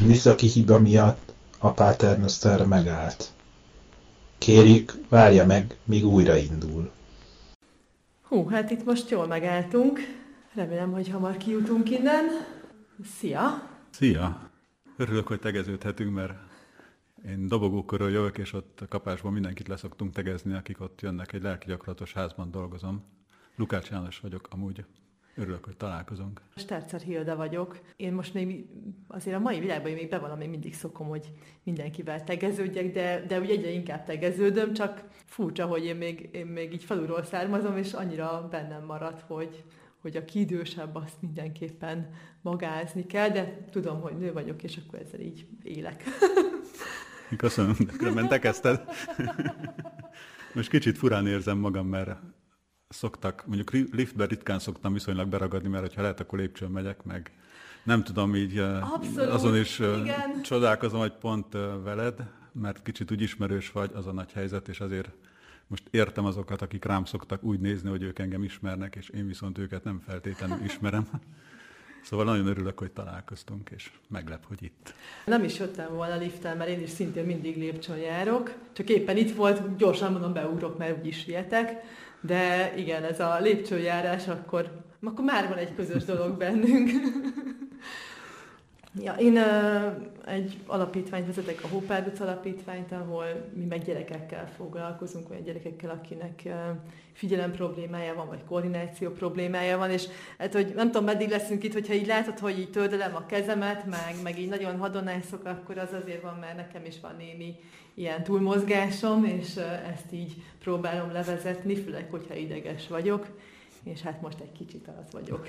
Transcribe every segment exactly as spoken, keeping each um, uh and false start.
műszaki hiba miatt a Paternoster megállt. Kérjük, várja meg, míg újraindul. Hú, hát itt most jól megálltunk. Remélem, hogy hamar kijutunk innen. Szia! Szia! Örülök, hogy tegeződhetünk, mert én dobogókörről jövök, és ott a kapásban mindenkit leszoktunk tegezni, akik ott jönnek. Egy lelki gyakorlatos házban dolgozom. Lukács János vagyok amúgy. Örülök, hogy találkozunk. Stárcer Hilda vagyok. Én most még azért a mai világban még bevallom, még mindig szokom, hogy mindenkivel tegeződjek, de, de úgy egyre inkább tegeződöm, csak furcsa, hogy én még, én még így falulról származom, és annyira bennem maradt, hogy, hogy aki idősebb, azt mindenképpen magázni kell, de tudom, hogy nő vagyok, és akkor ezzel így élek. Köszönöm, de különben te kezdted. Most kicsit furán érzem magam, mert szoktak, mondjuk liftben ritkán szoktam viszonylag beragadni, mert ha lehet, akkor lépcsőn megyek, meg nem tudom így, abszolút, azon is igen. Csodálkozom, hogy pont veled, mert kicsit úgy ismerős vagy, az a nagy helyzet, és azért most értem azokat, akik rám szoktak úgy nézni, hogy ők engem ismernek, és én viszont őket nem feltétlenül ismerem. Szóval nagyon örülök, hogy találkoztunk, és meglep, hogy itt. Nem is jöttem volna liften, mert én is szintén mindig lépcsőn járok, csak éppen itt volt, gyorsan mondom, beugrok, mert úgyis sietek. De igen, ez a lépcsőjárás, akkor, akkor már van egy közös dolog bennünk. Ja, én uh, egy alapítványt vezetek, a Hópárduc alapítványt, ahol mi meg gyerekekkel foglalkozunk, olyan gyerekekkel, akinek uh, figyelem problémája van, vagy koordináció problémája van, és hát, hogy nem tudom, meddig leszünk itt, hogyha így látod, hogy így tördelem a kezemet, meg, meg így nagyon hadonászok, akkor az azért van, mert nekem is van némi ilyen túlmozgásom, és uh, ezt így próbálom levezetni, főleg, hogyha ideges vagyok, és hát most egy kicsit az vagyok.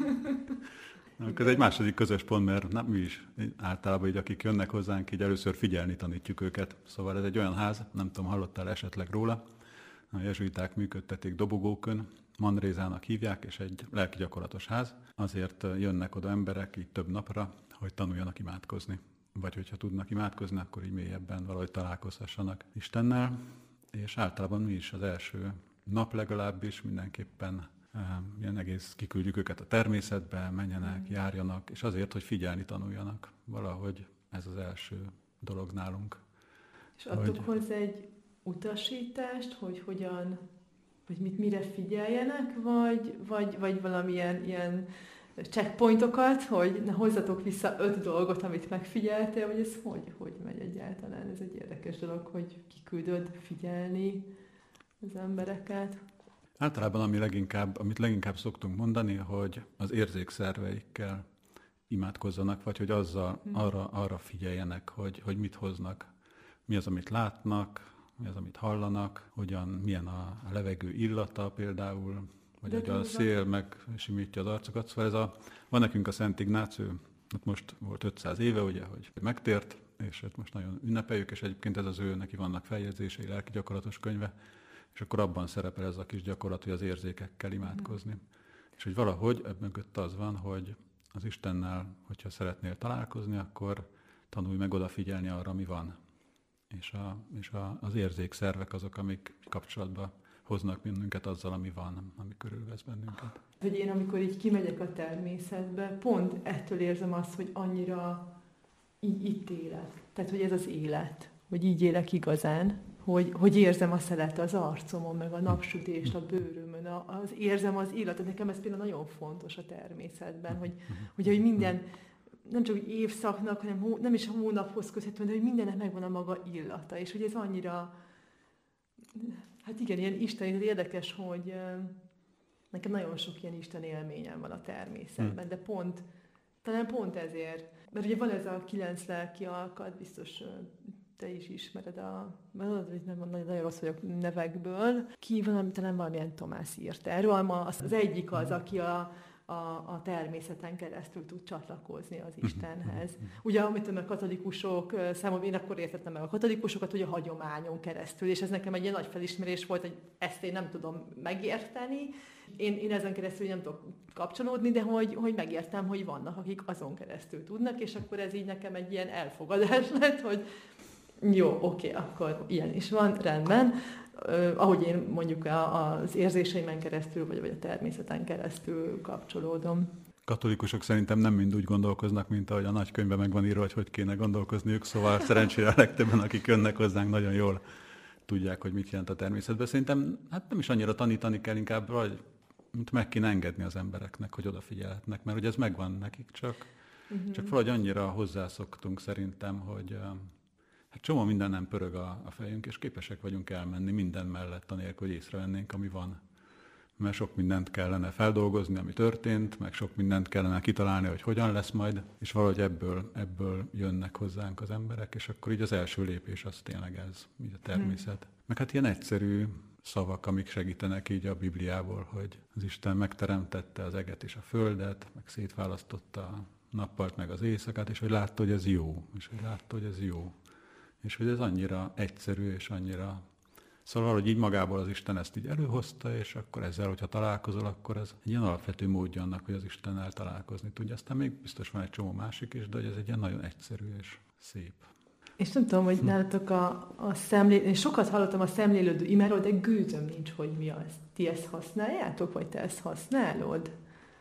Ez egy második közös pont, mert nem, mi is általában így, akik jönnek hozzánk, így először figyelni tanítjuk őket. Szóval ez egy olyan ház, nem tudom, hallottál esetleg róla, a jezsuiták működtetik Dobogókön, Manrézának hívják, és egy lelki gyakorlatos ház. Azért jönnek oda emberek így több napra, hogy tanuljanak imádkozni. Vagy hogyha tudnak imádkozni, akkor így mélyebben valahogy találkozhassanak Istennel. És általában mi is az első nap legalábbis mindenképpen ilyen egész kiküldjük őket a természetbe, menjenek, járjanak, és azért, hogy figyelni tanuljanak. Valahogy ez az első dolog nálunk. És adtok hogy... hozzá egy utasítást, hogy hogyan, vagy mit, mire figyeljenek, vagy, vagy, vagy valamilyen ilyen checkpointokat, hogy ne hozzatok vissza öt dolgot, amit megfigyeltél, vagy ez hogy, hogy megy egyáltalán? Ez egy érdekes dolog, hogy kiküldöd figyelni az embereket. Általában ami leginkább, amit leginkább szoktunk mondani, hogy az érzékszerveikkel imádkozzanak, vagy hogy azzal arra, arra figyeljenek, hogy, hogy mit hoznak, mi az, amit látnak, mi az, amit hallanak, hogyan, milyen a levegő illata például, vagy hogy a szél megsimítja az arcokat. Szóval ez a, van nekünk a Szent Ignáció, hát most volt ötszáz éve, ugye, hogy megtért, és most nagyon ünnepeljük, és egyébként ez az ő, neki vannak feljegyzései, lelki gyakorlatos könyve, és akkor abban szerepel ez a kis gyakorlat, hogy az érzékekkel imádkozni. Mm. És hogy valahogy mögött az van, hogy az Istennel, hogyha szeretnél találkozni, akkor tanulj meg odafigyelni arra, ami van. És, a, és a, az érzékszervek azok, amik kapcsolatba hoznak bennünket azzal, ami van, ami körülvesz bennünket. Hogy én amikor így kimegyek a természetbe, pont ettől érzem azt, hogy annyira így itt élek. Tehát, hogy ez az élet, hogy így élek igazán. Hogy, hogy érzem a szelet az arcomon, meg a napsütést a bőrömön, az érzem az illat. Nekem ez például nagyon fontos a természetben, hogy, hogy, hogy minden, nem csak évszaknak, hanem hó, nem is a hónaphoz köthető, de hogy mindennek megvan a maga illata. És hogy ez annyira, hát igen, ilyen isteni, érdekes, hogy nekem nagyon sok ilyen isten élményem van a természetben, de pont, talán pont ezért. Mert ugye van ez a kilenc lelki alkat, biztos te is ismered a, nem, nagyon rossz vagyok nevekből. Ki valami, talán valamilyen Tomás írt erről, az, az egyik az, aki a, a, a természeten keresztül tud csatlakozni az Istenhez. Ugye, amit a katolikusok, számomra én akkor értettem meg a katolikusokat, hogy a hagyományon keresztül, és ez nekem egy ilyen nagy felismerés volt, hogy ezt én nem tudom megérteni. Én, én ezen keresztül nem tudok kapcsolódni, de hogy, hogy megértem, hogy vannak, akik azon keresztül tudnak, és akkor ez így nekem egy ilyen elfogadás lett, hogy jó, oké, akkor ilyen is van, rendben. Uh, ahogy én mondjuk a, az érzéseimen keresztül, vagy, vagy a természeten keresztül kapcsolódom. katolikusok szerintem nem mind úgy gondolkoznak, mint ahogy a nagykönyvben meg van írva, hogy hogy kéne gondolkozniuk, szóval szerencsére a legtöbben, akik jönnek hozzánk, nagyon jól tudják, hogy mit jelent a természetben. Szerintem hát nem is annyira tanítani kell, inkább vagy, mint meg kéne engedni az embereknek, hogy odafigyelhetnek, mert ugye ez megvan nekik, csak, uh-huh. csak valahogy annyira hozzászoktunk szerintem, hogy hát csomó minden nem pörög a, a fejünk, és képesek vagyunk elmenni minden mellett, anélkül, hogy észrevennénk, ami van. Mert sok mindent kellene feldolgozni, ami történt, meg sok mindent kellene kitalálni, hogy hogyan lesz majd, és valahogy ebből, ebből jönnek hozzánk az emberek, és akkor így az első lépés az tényleg ez, így a természet. Hmm. Meg hát ilyen egyszerű szavak, amik segítenek így a Bibliából, hogy az Isten megteremtette az eget és a földet, meg szétválasztotta a nappalt meg az éjszakát, és hogy látta, hogy ez jó, és hogy látta, hogy ez jó. És hogy ez annyira egyszerű, és annyira... Szóval hogy így magából az Isten ezt így előhozta, és akkor ezzel, hogyha találkozol, akkor ez egy ilyen alapvető módja annak, hogy az Istennel találkozni tudja. Aztán még biztos van egy csomó másik is, de hogy ez egy ilyen nagyon egyszerű és szép. És nem tudom, hogy nálatok a, a szemlélő... Én sokat hallottam a szemlélődő imáról, de gőzöm nincs, hogy mi az. Ti ezt használjátok, vagy te ezt használod?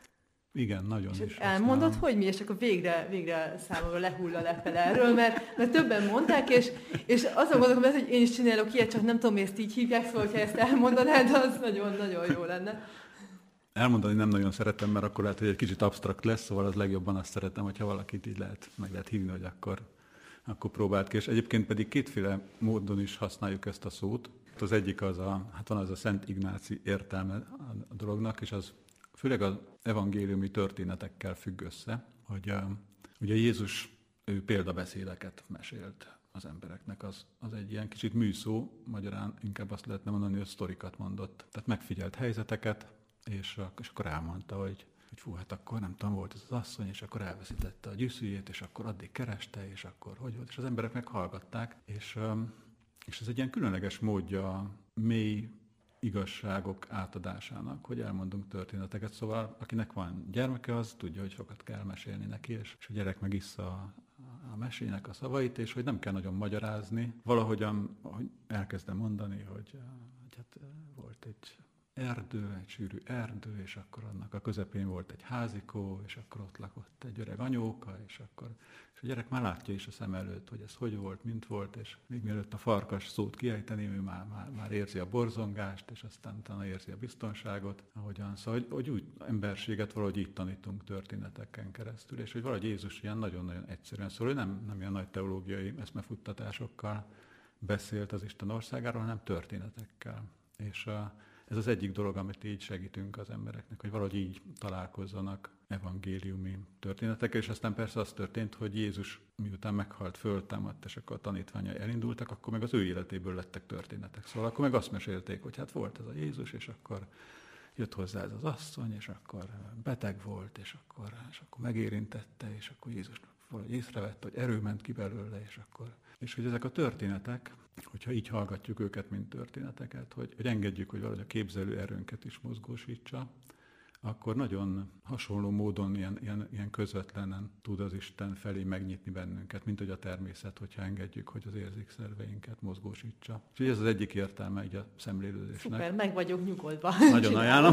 Igen, nagyon és is. Elmondod, használom. hogy mi, és akkor végre, végre számomra lehull a lepel erről, mert, mert többen mondták, és, és azon gondolom, hogy én is csinálok ilyet, csak nem tudom, hogy ezt így hívják, szóval, hogyha ezt elmondanád, az nagyon-nagyon jó lenne. Elmondani nem nagyon szeretem, mert akkor lehet, hogy egy kicsit absztrakt lesz, szóval az legjobban azt szeretem, hogyha valakit így lehet, meg lehet hívni, hogy akkor, akkor próbált ki. És egyébként pedig kétféle módon is használjuk ezt a szót. Az egyik az a, hát van az a Szent Ignáci értelme a dolognak, és az főleg az evangéliumi történetekkel függ össze, hogy uh, ugye Jézus ő példabeszédeket mesélt az embereknek, az, az egy ilyen kicsit műszó, magyarán inkább azt lehetne mondani, hogy sztorikat mondott. Tehát megfigyelt helyzeteket, és, és akkor elmondta, hogy, hogy fú, hát akkor nem tudom, volt ez az asszony, és akkor elveszítette a gyűszűjét, és akkor addig kereste, és akkor hogy volt, és az emberek meghallgatták, és, um, és ez egy ilyen különleges módja mély igazságok átadásának, hogy elmondunk történeteket. Szóval akinek van gyermeke, az tudja, hogy sokat kell mesélni neki, és, és a gyerek megissza a mesének a szavait, és hogy nem kell nagyon magyarázni. Valahogyan hogy elkezdem mondani, hogy, hogy hát volt egy erdő, egy sűrű erdő, és akkor annak a közepén volt egy házikó, és akkor ott lakott egy öreg anyóka, és akkor és a gyerek már látja is a szem előtt, hogy ez hogy volt, mint volt, és még mielőtt a farkas szót kiejteni, ő már, már, már érzi a borzongást, és aztán utána érzi a biztonságot, ahogyan. Szóval, hogy, hogy úgy emberséget valahogy így tanítunk történeteken keresztül, és hogy valahogy Jézus ilyen nagyon-nagyon egyszerűen szól, hogy nem, nem ilyen nagy teológiai eszmefuttatásokkal beszélt az Isten országáról, hanem történetekkel. És a, ez az egyik dolog, amit így segítünk az embereknek, hogy valahogy így találkozzanak evangéliumi történetekkel, és aztán persze az történt, hogy Jézus miután meghalt, föltámadt, és akkor a tanítványai elindultak, akkor meg az ő életéből lettek történetek. Szóval akkor meg azt mesélték, hogy hát volt ez a Jézus, és akkor jött hozzá ez az asszony, és akkor beteg volt, és akkor, és akkor megérintette, és akkor Jézus valahogy észrevette, hogy erő ment ki belőle, és akkor... És hogy ezek a történetek, hogyha így hallgatjuk őket, mint történeteket, hogy, hogy engedjük, hogy valahogy a képzelő erőnket is mozgósítsa, akkor nagyon hasonló módon, ilyen, ilyen, ilyen közvetlenen tud az Isten felé megnyitni bennünket, mint hogy a természet, hogyha engedjük, hogy az érzékszerveinket mozgósítsa. Úgyhogy ez az egyik értelme így a szemlélődésnek. Szuper, meg vagyok nyugodva. Nagyon ajánlom.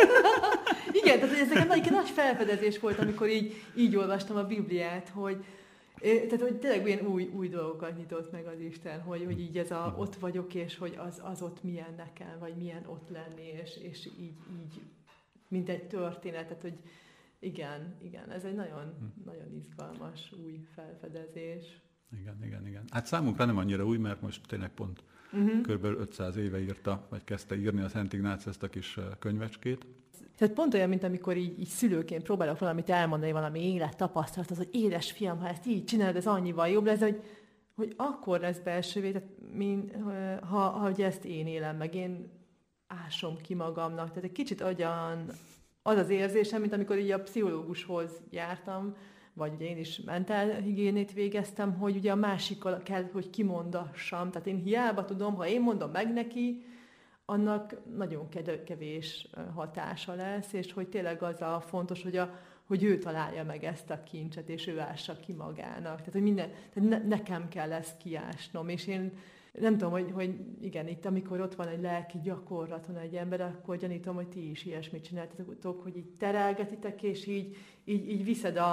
Igen, tehát ez egy nagy, nagy felfedezés volt, amikor így, így olvastam a Bibliát, hogy tehát, hogy tényleg ilyen új, új dolgokat nyitott meg az Isten, hogy, hogy így ez a ott vagyok, és hogy az, az ott milyen nekem, vagy milyen ott lenni, és, és így, így mint egy történetet, hogy igen, igen, ez egy nagyon, hm. nagyon izgalmas új felfedezés. Igen, igen, igen. Hát számunkra nem annyira új, mert most tényleg pont uh-huh. kb. ötszáz éve írta, vagy kezdte írni a Szent Ignác ezt a kis könyvecskét. Tehát pont olyan, mint amikor így, így szülőként próbálok valamit elmondani, valami élet tapasztalat, az, hogy édes fiam, ha ezt így csinálod, ez annyival jobb lesz, hogy, hogy akkor lesz belsővé, tehát min, ha, ha ugye ezt én élem meg, én ásom ki magamnak. Tehát egy kicsit olyan az az érzésem, mint amikor így a pszichológushoz jártam, vagy ugye én is mentálhigiénét végeztem, hogy ugye a másikkal kell, hogy kimondassam. Tehát én hiába tudom, ha én mondom meg neki, annak nagyon kevés hatása lesz, és hogy tényleg az a fontos, hogy, a, hogy ő találja meg ezt a kincset, és ő ássa ki magának. Tehát, hogy minden, tehát ne, nekem kell ezt kiásnom, és én nem tudom, hogy, hogy igen, itt amikor ott van egy lelki gyakorlaton egy ember, akkor gyanítom, hogy ti is ilyesmit csináltatok, hogy így terelgetitek, és így, így, így viszed a,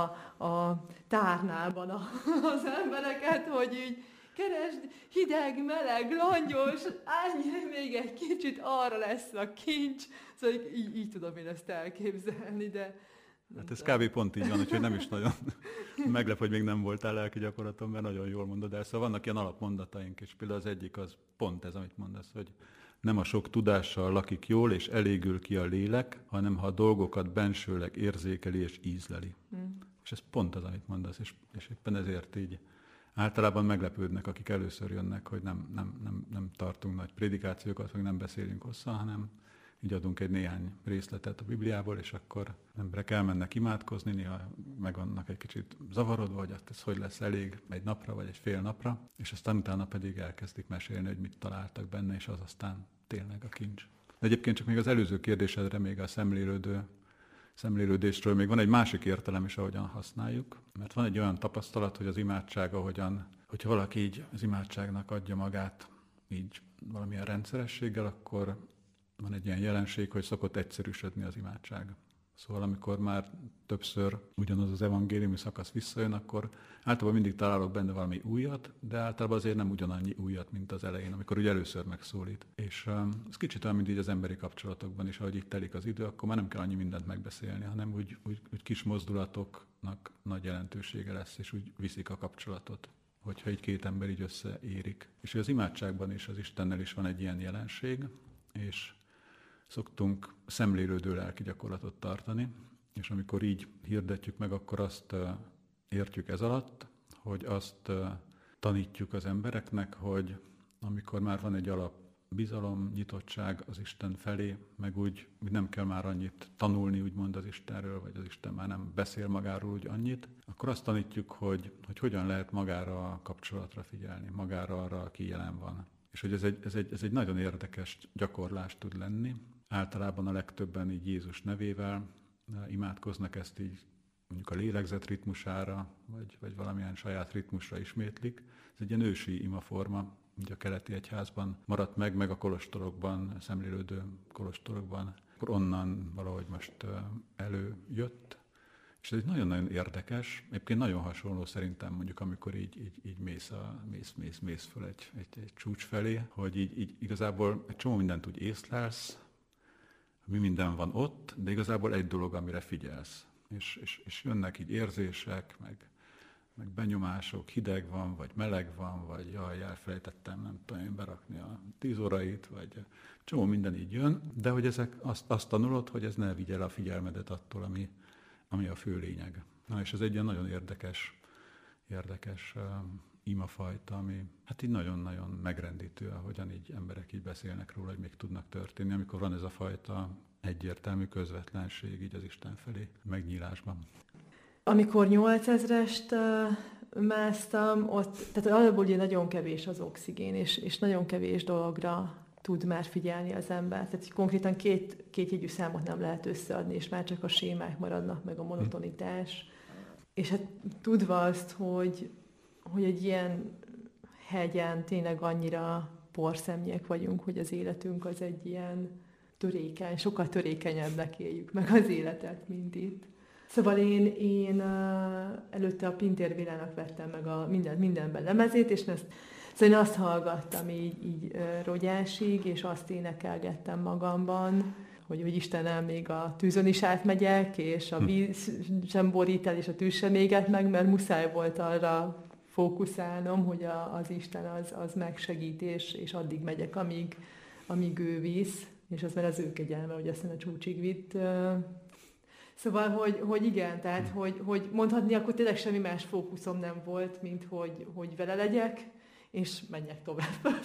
a tárnában a, az embereket, hogy így keresd, hideg, meleg, langyos, állj még egy kicsit, arra lesz a kincs. Szóval így, így tudom én ezt elképzelni, de... Hát ez kb. Pont így van, úgyhogy nem is nagyon meglep, hogy még nem voltál lelki gyakorlaton, mert nagyon jól mondod el. Szóval vannak ilyen alapmondataink, és például az egyik az pont ez, amit mondasz, hogy nem a sok tudással lakik jól, és elégül ki a lélek, hanem ha a dolgokat bensőleg érzékeli és ízleli. Mm. És ez pont az, amit mondasz, és, és éppen ezért így általában meglepődnek, akik először jönnek, hogy nem, nem, nem, nem tartunk nagy prédikációkat, vagy nem beszélünk hosszan, hanem így adunk egy néhány részletet a Bibliából, és akkor emberek elmennek imádkozni, néha meg vannak egy kicsit zavarodva, hogy ez hogy lesz elég egy napra, vagy egy fél napra, és aztán utána pedig elkezdik mesélni, hogy mit találtak benne, és az aztán tényleg a kincs. De egyébként csak még az előző kérdésedre, még a szemlélődő, szemlélődésről még van egy másik értelem is, ahogyan használjuk, mert van egy olyan tapasztalat, hogy az imádság, ahogyan, hogyha valaki így az imádságnak adja magát így valamilyen rendszerességgel, akkor van egy ilyen jelenség, hogy szokott egyszerűsödni az imádság. Szóval amikor már többször ugyanaz az evangéliumi szakasz visszajön, akkor általában mindig találok benne valami újat, de általában azért nem ugyanannyi újat, mint az elején, amikor ugye először megszólít. És um, ez kicsit olyan, mint így az emberi kapcsolatokban is, ahogy itt telik az idő, akkor már nem kell annyi mindent megbeszélni, hanem úgy, úgy, úgy kis mozdulatoknak nagy jelentősége lesz, és úgy viszik a kapcsolatot, hogyha így két ember így összeérik. És az imádságban is, az Istennel is van egy ilyen jelenség, és szoktunk szemlélődő lelki gyakorlatot tartani, és amikor így hirdetjük meg, akkor azt értjük ez alatt, hogy azt tanítjuk az embereknek, hogy amikor már van egy alap bizalom, nyitottság az Isten felé, meg úgy, úgy nem kell már annyit tanulni, úgymond az Istenről, vagy az Isten már nem beszél magáról úgy annyit, akkor azt tanítjuk, hogy, hogy hogyan lehet magára a kapcsolatra figyelni, magára arra, aki jelen van. És hogy ez egy, ez, egy, ez egy nagyon érdekes gyakorlás tud lenni. Általában a legtöbben így Jézus nevével imádkoznak, ezt így mondjuk a lélegzet ritmusára, vagy, vagy valamilyen saját ritmusra ismétlik. Ez egy ilyen ősi imaforma, ugye a keleti egyházban maradt meg, meg a kolostorokban, szemlélődő kolostorokban. Akkor onnan valahogy most előjött. És ez egy nagyon-nagyon érdekes, egyébként nagyon hasonló szerintem mondjuk, amikor így, így, így mész, a, mész, mész, mész föl egy, egy, egy csúcs felé, hogy így, így igazából egy csomó mindent úgy észlelsz, mi minden van ott, de igazából egy dolog, amire figyelsz. És, és, és jönnek így érzések, meg, meg benyomások, hideg van, vagy meleg van, vagy jaj, elfelejtettem, nem tudom én berakni a tíz órait, vagy csomó minden így jön, de hogy ezek azt, azt tanulod, hogy ez ne vigye el a figyelmedet attól, ami, ami a fő lényeg. Na és ez egy ilyen nagyon érdekes, érdekes uh, imafajta, ami hát így nagyon-nagyon megrendítő, ahogyan így emberek így beszélnek róla, hogy még tudnak történni, amikor van ez a fajta egyértelmű közvetlenség így az Isten felé megnyílásban. Amikor nyolcezrest uh, másztam, ott, tehát alapból ugye nagyon kevés az oxigén, és, és nagyon kevés dologra tud már figyelni az ember. Tehát konkrétan két, két jegyű számot nem lehet összeadni, és már csak a sémák maradnak, meg a monotonitás. És hát tudva azt, hogy, hogy egy ilyen hegyen tényleg annyira porszemnyek vagyunk, hogy az életünk az egy ilyen törékeny, sokkal törékenyebbnek éljük meg az életet, mint itt. Szóval én, én előtte a Pintér Bélának vettem meg a minden, mindenben lemezét, és ezt, szóval én azt hallgattam így, így rogyásig, és azt énekelgettem magamban, hogy, hogy Istenem, még a tűzön is átmegyek, és a víz sem borít el, és a tűz sem éget meg, mert muszáj volt arra fókuszálnom, hogy a, az Isten az, az megsegít, és, és addig megyek, amíg, amíg ő visz, és az már az ő kegyelme, hogy aztán a csúcsig vitt. Szóval, hogy, hogy igen, tehát, hogy, hogy mondhatni, akkor tényleg semmi más fókuszom nem volt, mint hogy, hogy vele legyek, és menjek tovább.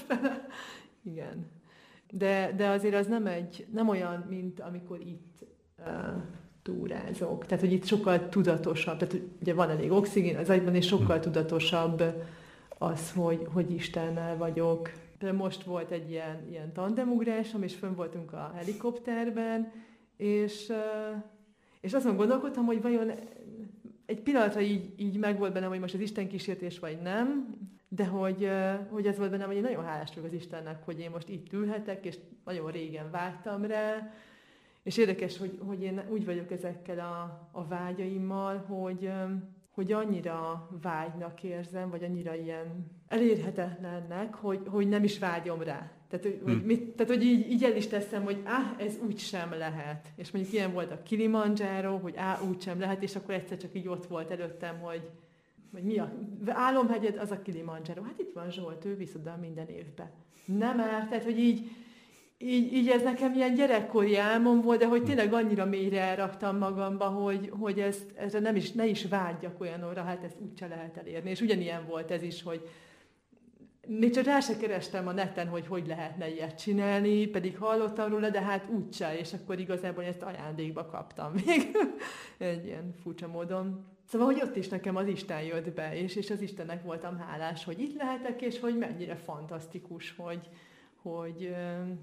Igen. De, de azért az nem, egy, nem olyan, mint amikor itt uh, túrázok. Tehát, hogy itt sokkal tudatosabb, tehát ugye van elég oxigén az agyban, és sokkal tudatosabb az, hogy, hogy Istennel vagyok. De most volt egy ilyen, ilyen tandemugrásom, és fönn voltunk a helikopterben, és, uh, és azon gondolkodtam, hogy vajon egy pillanatra így, így megvolt bennem, hogy most az Isten kísértés vagy nem, de hogy, hogy az volt bennem, hogy én nagyon hálás vagyok az Istennek, hogy én most itt ülhetek, és nagyon régen vágytam rá, és érdekes, hogy, hogy én úgy vagyok ezekkel a, a vágyaimmal, hogy, hogy annyira vágynak érzem, vagy annyira ilyen elérhetetlennek, hogy, hogy nem is vágyom rá. Tehát, hogy, hmm. mit, tehát, hogy így, így el is teszem, hogy áh, ez úgy sem lehet. És mondjuk ilyen volt a Kilimanjaro, hogy áh, úgy sem lehet, és akkor egyszer csak így ott volt előttem, hogy, hogy mi a álomhegyed, az a Kilimanjaro. Hát itt van Zsolt, ő visz oda minden évben. Nem árt, tehát, hogy így, így, így ez nekem ilyen gyerekkori álmom volt, de hogy tényleg annyira mélyre elraktam magamba, hogy, hogy ezt, ezre nem is, ne is vágyjak olyanra, hát ezt úgyse lehet elérni. És ugyanilyen volt ez is, hogy még csak rá se kerestem a neten, hogy hogy lehetne ilyet csinálni, pedig hallottam róla, de hát úgyse, és akkor igazából ezt ajándékba kaptam még egy ilyen furcsa módon. Szóval, hogy ott is nekem az Isten jött be, és, és az Istennek voltam hálás, hogy itt lehetek, és hogy mennyire fantasztikus, hogy, hogy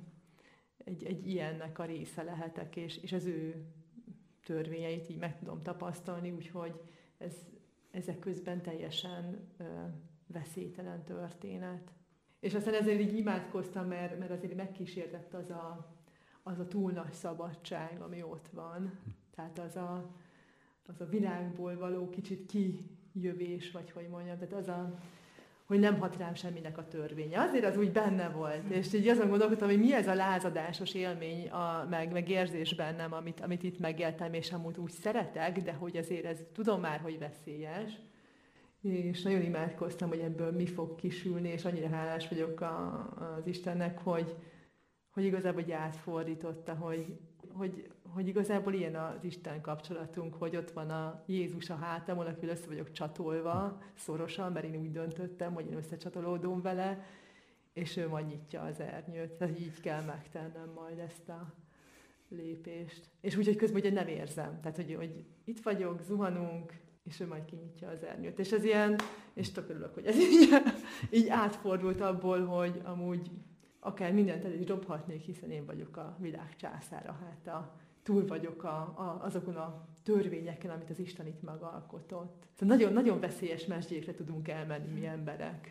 egy, egy ilyennek a része lehetek, és, és az ő törvényeit így meg tudom tapasztalni, úgyhogy ez, ezek közben teljesen veszélytelen történet. És aztán ezért így imádkoztam, mert, mert azért megkísértett az a, az a túl nagy szabadság, ami ott van. Tehát az a, az a világból való kicsit kijövés, vagy hogy mondjam, tehát az a, hogy nem hat rám semminek a törvénye. Azért az úgy benne volt. És így azon gondolkodtam, hogy mi ez a lázadásos élmény, a, meg, meg érzés bennem, amit, amit itt megéltem, és amúgy úgy szeretek, de hogy azért ez tudom már, hogy veszélyes. És nagyon imádkoztam, hogy ebből mi fog kisülni, és annyira hálás vagyok a, az Istennek, hogy, hogy igazából hogy átfordította, hogy, hogy, hogy igazából ilyen az Isten kapcsolatunk, hogy ott van a Jézus a hátamon, akivel össze vagyok csatolva szorosan, mert én úgy döntöttem, hogy én összecsatolódom vele, és ő majd nyitja az ernyőt. Tehát így kell megtennem majd ezt a lépést. És úgy, hogy közben ugye nem érzem. Tehát, hogy, hogy itt vagyok, zuhanunk, és ő majd kinyitja az ernyőt. És ez ilyen, és tök örülök, hogy ez így, így átfordult abból, hogy amúgy akár mindent el is dobhatnék, hiszen én vagyok a világ császára, hát a, túl vagyok a, a, azokon a törvényeken, amit az Isten itt megalkotott. Szóval nagyon, nagyon veszélyes mesdjékre tudunk elmenni mi emberek.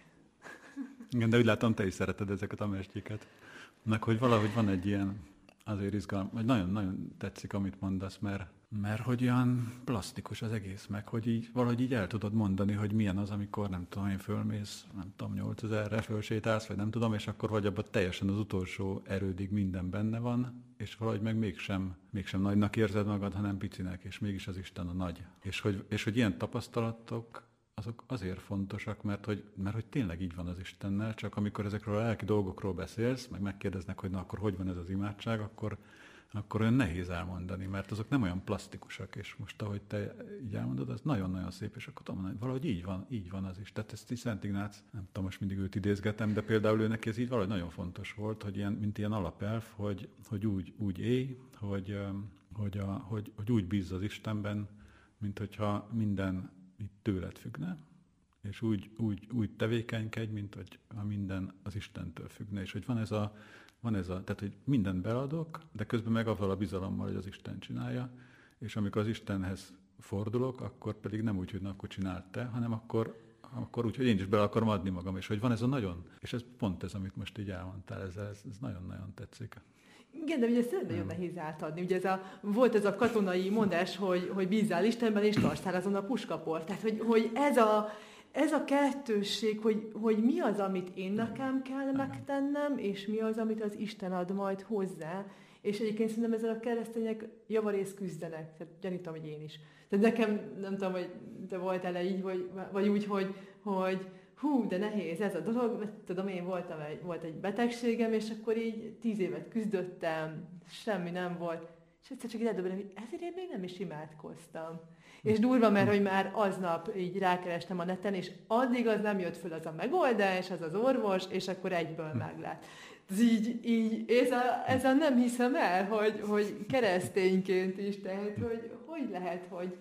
Igen, de úgy látom, te is szereted ezeket a mesdjéket. Meg hogy valahogy van egy ilyen azért izgalom, vagy nagyon-nagyon tetszik, amit mondasz, mert Mert hogy olyan plastikus az egész, meg hogy így, valahogy így el tudod mondani, hogy milyen az, amikor nem tudom, én fölmész, nem tudom, nyolcezerre fölsétálsz, vagy nem tudom, és akkor vagy abban teljesen az utolsó erődig minden benne van, és valahogy meg mégsem, mégsem nagynak érzed magad, hanem picinek, és mégis az Isten a nagy. És hogy, és hogy ilyen tapasztalatok, azok azért fontosak, mert hogy, mert hogy tényleg így van az Istennel, csak amikor ezekről a lelki dolgokról beszélsz, meg megkérdeznek, hogy na akkor hogy van ez az imádság, akkor akkor olyan nehéz elmondani, mert azok nem olyan plastikusak, és most ahogy te így elmondod, az nagyon-nagyon szép, és akkor tudom mondani, valahogy így van, így van az is. Tehát ezt is Szent Ignác, nem tudom, most mindig őt idézgetem, de például ő neki ez így valahogy nagyon fontos volt, hogy ilyen, mint ilyen alapelv, hogy, hogy úgy, úgy élj, hogy, hogy, a, hogy, hogy úgy bízz az Istenben, mint hogyha minden itt tőled függne, és úgy, úgy, úgy tevékenykedj, mint hogy a minden az Istentől függne, és hogy van ez a Van ez a, tehát, hogy mindent beadok, de közben meg avval a bizalommal, hogy az Isten csinálja, és amikor az Istenhez fordulok, akkor pedig nem úgy, hogy na, akkor csináld te, hanem akkor, akkor úgy, hogy én is be akarom adni magam, és hogy van ez a nagyon, és ez pont ez, amit most így elmondtál, ez, ez, ez nagyon-nagyon tetszik. Igen, de ugye ez nagyon nehéz átadni. Ugye ez a, volt ez a katonai mondás, hogy, hogy bízzál Istenben, és tartsál azon a puskaport. Tehát, hogy, hogy ez a Ez a kettősség, hogy, hogy mi az, amit én nekem kell megtennem, és mi az, amit az Isten ad majd hozzá. És egyébként szerintem ezzel a keresztények javarész küzdenek. Tehát gyanítom, hogy én is. Tehát nekem, nem tudom, hogy te voltál-e így, vagy, vagy úgy, hogy, hogy hú, de nehéz ez a dolog. Tudom, én voltam egy, volt egy betegségem, és akkor így tíz évet küzdöttem, semmi nem volt. És egyszer csak így eldöbbenem, hogy ezért én még nem is imádkoztam. És durva, mert hogy már aznap így rákerestem a neten, és addig az nem jött föl az a megoldás, az az orvos, és akkor egyből meglát. Ez így, így ez, a, ez a nem hiszem el, hogy, hogy keresztényként is, tehát hogy hogy lehet, hogy,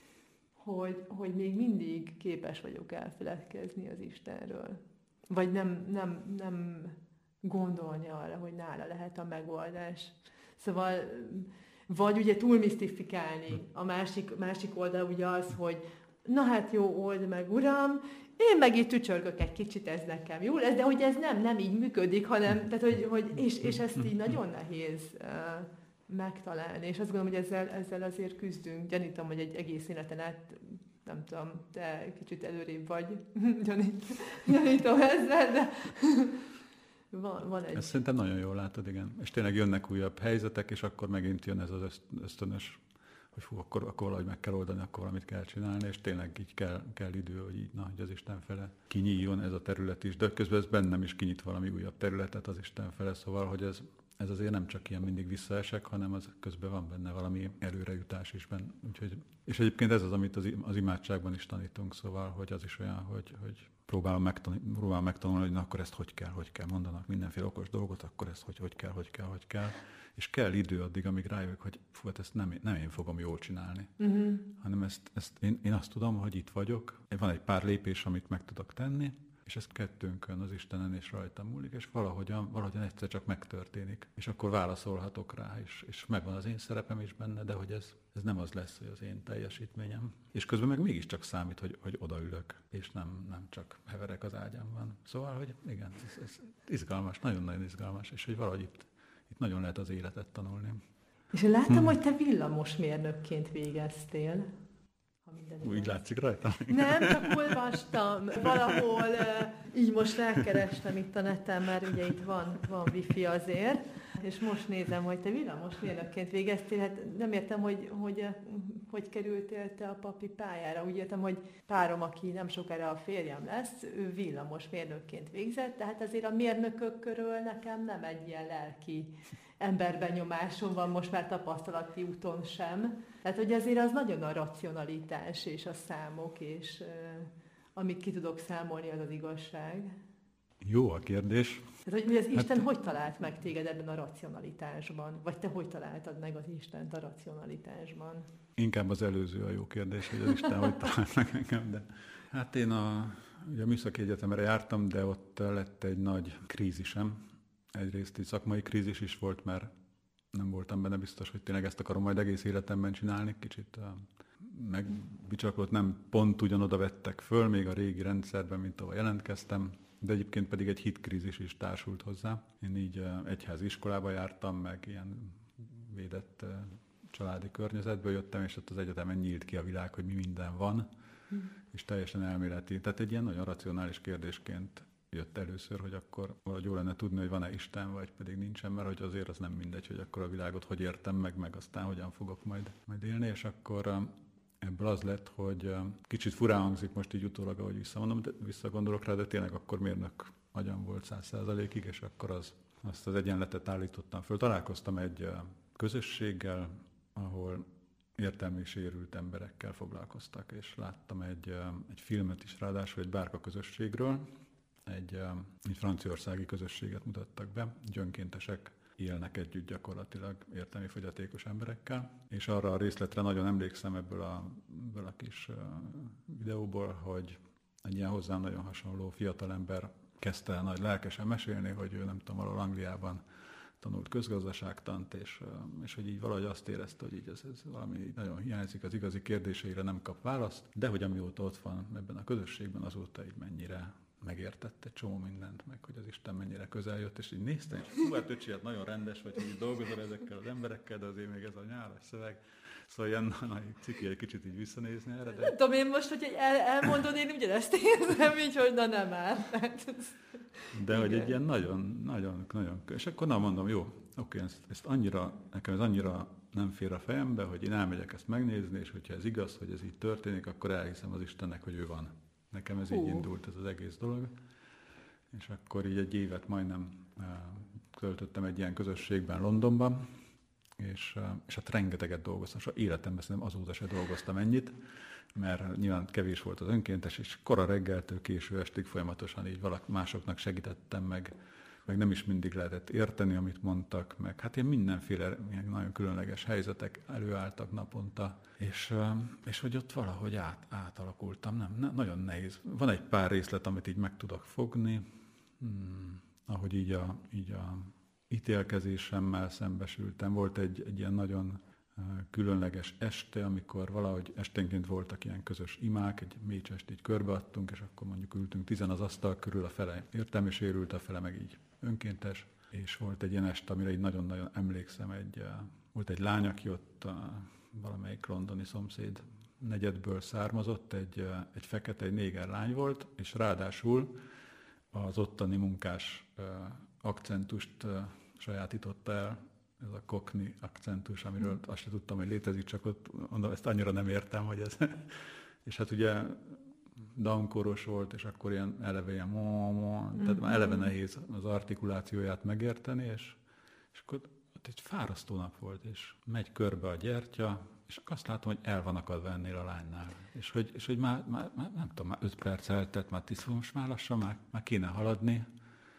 hogy, hogy még mindig képes vagyok elfeledkezni az Istenről. Vagy nem, nem, nem gondolni arra, hogy nála lehet a megoldás. Szóval vagy ugye túl misztifikálni. A másik, másik oldal ugye az, hogy na hát jó, old meg, uram, én meg itt tücsörgök egy kicsit, ez nekem jó lesz, de hogy ez nem, nem így működik, hanem, tehát, hogy, hogy és, és ezt így nagyon nehéz uh, megtalálni, és azt gondolom, hogy ezzel, ezzel azért küzdünk. Gyanítom, hogy egy egész életen át, nem tudom, te kicsit előrébb vagy, gyanítom ezzel, de van, van egy... Ezt szerintem nagyon jól látod, igen. És tényleg jönnek újabb helyzetek, és akkor megint jön ez az ösztönös, hogy fú, akkor, akkor valahogy meg kell oldani, akkor valamit kell csinálni, és tényleg így kell, kell idő, hogy így, na, hogy az Isten fele kinyíljon ez a terület is, de közben ez bennem is kinyit valami újabb területet az Isten fele, szóval, hogy ez, ez azért nem csak ilyen mindig visszaesek, hanem az közben van benne valami előrejutás is benne. Úgyhogy, és egyébként ez az, amit az, az imádságban is tanítunk, szóval, hogy az is olyan, hogy, hogy próbálom, megtanulni, próbálom megtanulni, hogy na, akkor ezt hogy kell, hogy kell, mondanak mindenféle okos dolgot, akkor ezt hogy, hogy kell, hogy kell, hogy kell. És kell idő addig, amíg rájövök, hogy fú, hát ezt nem, nem én fogom jól csinálni, uh-huh. hanem ezt, ezt én, én azt tudom, hogy itt vagyok, van egy pár lépés, amit meg tudok tenni, és ezt kettőnkön az Istenen és rajtam múlik, és valahogyan, valahogyan egyszer csak megtörténik. És akkor válaszolhatok rá, és, és megvan az én szerepem is benne, de hogy ez, ez nem az lesz, hogy az én teljesítményem. És közben meg mégiscsak számít, hogy, hogy odaülök, és nem, nem csak heverek az ágyamban. Szóval, hogy igen, ez, ez izgalmas, nagyon-nagyon izgalmas, és hogy valahogy itt, itt nagyon lehet az életet tanulni. És én láttam, hm. hogy te villamosmérnökként végeztél. Úgy látszik rajta? Nem, csak olvastam valahol, így most rákerestem itt a neten, mert ugye itt van, van wifi azért, és most nézem, hogy te villamosmérnökként végeztél, hát nem értem, hogy, hogy hogy kerültél te a papi pályára. Úgy értem, hogy párom, aki nem sokára a férjem lesz, ő villamosmérnökként végzett, tehát azért a mérnökök körül nekem nem egy ilyen lelki emberbenyomásom van most már tapasztalati úton sem. Tehát, hogy azért az nagyon a racionalitás és a számok, és uh, amit ki tudok számolni, az az igazság. Jó a kérdés. Tehát, hogy az Isten hát... hogy talált meg téged ebben a racionalitásban? Vagy te hogy találtad meg az Istent a racionalitásban? Inkább az előző a jó kérdés, hogy az Isten hogy talált meg engem. De... Hát én a, ugye a Műszaki Egyetemre jártam, de ott lett egy nagy krízisem. Egyrészt egy szakmai krízis is volt, mert nem voltam benne biztos, hogy tényleg ezt akarom majd egész életemben csinálni. Kicsit megbicsaklott, nem pont ugyanoda vettek föl, még a régi rendszerben, mint ahol jelentkeztem, de egyébként pedig egy hitkrízis is társult hozzá. Én így egyházi iskolába jártam, meg ilyen védett családi környezetből jöttem, és ott az egyetemen nyílt ki a világ, hogy mi minden van, hm. és teljesen elméleti. Tehát egy ilyen nagyon racionális kérdésként jött először, hogy akkor valahogy jó lenne tudni, hogy van-e Isten, vagy pedig nincsen, mert hogy azért az nem mindegy, hogy akkor a világot hogy értem meg, meg aztán hogyan fogok majd, majd élni, és akkor ebből az lett, hogy kicsit furán hangzik most így utólag, ahogy visszamondom, de visszagondolok rá, de tényleg akkor mérnök agyam volt száz százalékig, és akkor az, azt az egyenletet állítottam föl. Találkoztam egy közösséggel, ahol értelmi sérült emberekkel foglalkoztak, és láttam egy, egy filmet is ráadásul egy bárka közösségről, egy, egy franciaországi közösséget mutattak be, önkéntesek élnek együtt gyakorlatilag értelmi fogyatékos emberekkel, és arra a részletre nagyon emlékszem ebből a, ebből a kis videóból, hogy egy ilyen hozzám nagyon hasonló fiatalember kezdte el nagy lelkesen mesélni, hogy ő nem tudom, valahol Angliában tanult közgazdaságtant, és, és hogy így valahogy azt érezte, hogy így ez, ez valami nagyon hiányzik, az igazi kérdéseire nem kap választ, de hogy amióta ott van ebben a közösségben, azóta így mennyire megértett egy csomó mindent, meg hogy az Isten mennyire közel jött, és így néztem, és hú, hát öcsi, hát nagyon rendes vagy, hogy így dolgozol ezekkel az emberekkel, de azért még ez a nyálas szöveg. Szóval ilyen na, ciki egy kicsit így visszanézni erre. De... Nem tudom én most, hogy el, elmondod, én ugyanezt érzem, így, hogy na nem áll. De igen. Hogy egy ilyen nagyon, nagyon, nagyon, és akkor na mondom, jó, oké, ezt, ezt annyira, nekem ez annyira nem fér a fejembe, hogy én elmegyek ezt megnézni, és hogyha ez igaz, hogy ez így történik, akkor elhiszem az Istennek, hogy ő van. Nekem ez Hú. így indult, ez az egész dolog. És akkor így egy évet majdnem uh, töltöttem egy ilyen közösségben Londonban, és, uh, és hát rengeteget dolgoztam. Soha életemben szerintem azóta se dolgoztam ennyit, mert nyilván kevés volt az önkéntes, és kora reggeltől késő estig folyamatosan így valak másoknak segítettem, meg, meg nem is mindig lehetett érteni, amit mondtak, meg hát ilyen mindenféle ilyen nagyon különleges helyzetek előálltak naponta, és, és hogy ott valahogy át, átalakultam, nem, ne, nagyon nehéz. Van egy pár részlet, amit így meg tudok fogni, hmm, ahogy így a, így a ítélkezésemmel szembesültem. Volt egy, egy ilyen nagyon különleges este, amikor valahogy esténként voltak ilyen közös imák, egy mécsest így körbeadtunk, és akkor mondjuk ültünk tizen az asztal körül, a fele értelmi sérült, a fele meg így önkéntes, és volt egy ilyen este, amire így nagyon-nagyon emlékszem, egy, volt egy lány, aki ott valamelyik londoni szomszéd negyedből származott, egy, egy fekete, egy néger lány volt, és ráadásul az ottani munkás akcentust sajátította el, ez a cockney akcentus, amiről azt sem tudtam, hogy létezik, csak ott mondom, ezt annyira nem értem, hogy ez... És hát ugye downkoros volt, és akkor ilyen eleve ilyen tehát már eleve nehéz az artikulációját megérteni, és, és akkor ott egy fárasztó nap volt, és megy körbe a gyertya, és azt látom, hogy el van akadva ennél a lánynál. És hogy, és hogy már, már, már, nem tudom, már öt perc eltett, már tíz, most már lassan, már, már kéne haladni.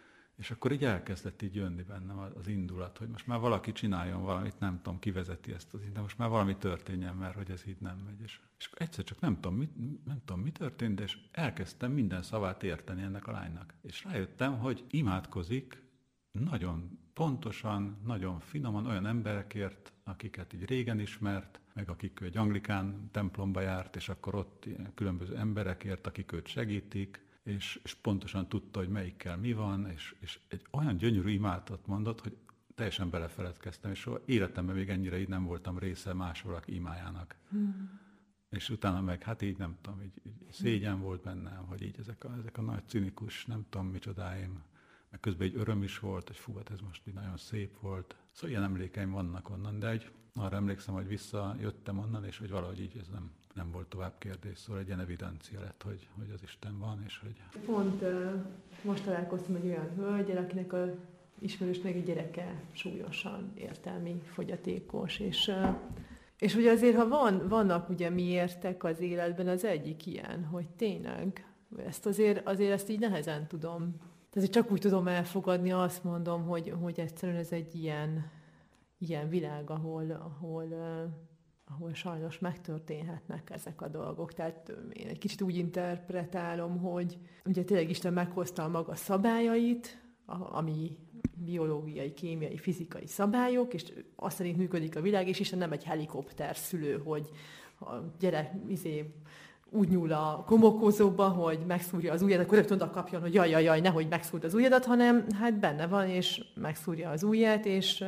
És akkor így elkezdett így jönni bennem az indulat, hogy most már valaki csináljon valamit, nem tudom, kivezeti ezt az de most már valami történjen, mert hogy ez így nem megy. És, és egyszer csak nem tudom, mit, nem tudom, mi történt, és elkezdtem minden szavát érteni ennek a lánynak. És rájöttem, hogy imádkozik nagyon pontosan, nagyon finoman olyan emberekért, akiket így régen ismert, meg akik egy anglikán templomba járt, és akkor ott különböző emberekért, akik őt segítik, és, és pontosan tudta, hogy melyikkel mi van, és, és egy olyan gyönyörű imádatot mondott, hogy teljesen belefeledkeztem, és soha életemben még ennyire így nem voltam része más valaki imájának. Hmm. És utána meg, hát így nem tudom, így, így szégyen volt bennem, hogy így ezek a, ezek a nagy cinikus, nem tudom micsodáim, meg közben egy öröm is volt, hogy fú, hát ez most így nagyon szép volt. Szóval ilyen emlékeim vannak onnan, de egy, arra emlékszem, hogy visszajöttem onnan, és hogy valahogy így ez nem, nem volt tovább kérdés, szóval egy ilyen evidencia lett, hogy, hogy az Isten van, és hogy... Pont uh, most találkoztam egy olyan hölgyel, akinek a ismerősnek egy gyereke súlyosan értelmi fogyatékos, és, uh, és ugye azért, ha van, vannak ugye miértek az életben, az egyik ilyen, hogy tényleg, ezt azért, azért ezt így nehezen tudom. Tehát csak úgy tudom elfogadni, azt mondom, hogy, hogy egyszerűen ez egy ilyen, ilyen világ, ahol, ahol, uh, ahol sajnos megtörténhetnek ezek a dolgok. Tehát én egy kicsit úgy interpretálom, hogy ugye tényleg Isten meghozta a maga szabályait, a, ami biológiai, kémiai, fizikai szabályok, és azt szerint működik a világ, és Isten nem egy helikopter szülő, hogy a gyerek izé, úgy nyúl a komokozóba, hogy megszúrja az ujjat, akkor rögtön oda kapjon, hogy jaj, jaj, jaj, nehogy megszúrd az ujjadat, hanem hát benne van, és megszúrja az ujját, és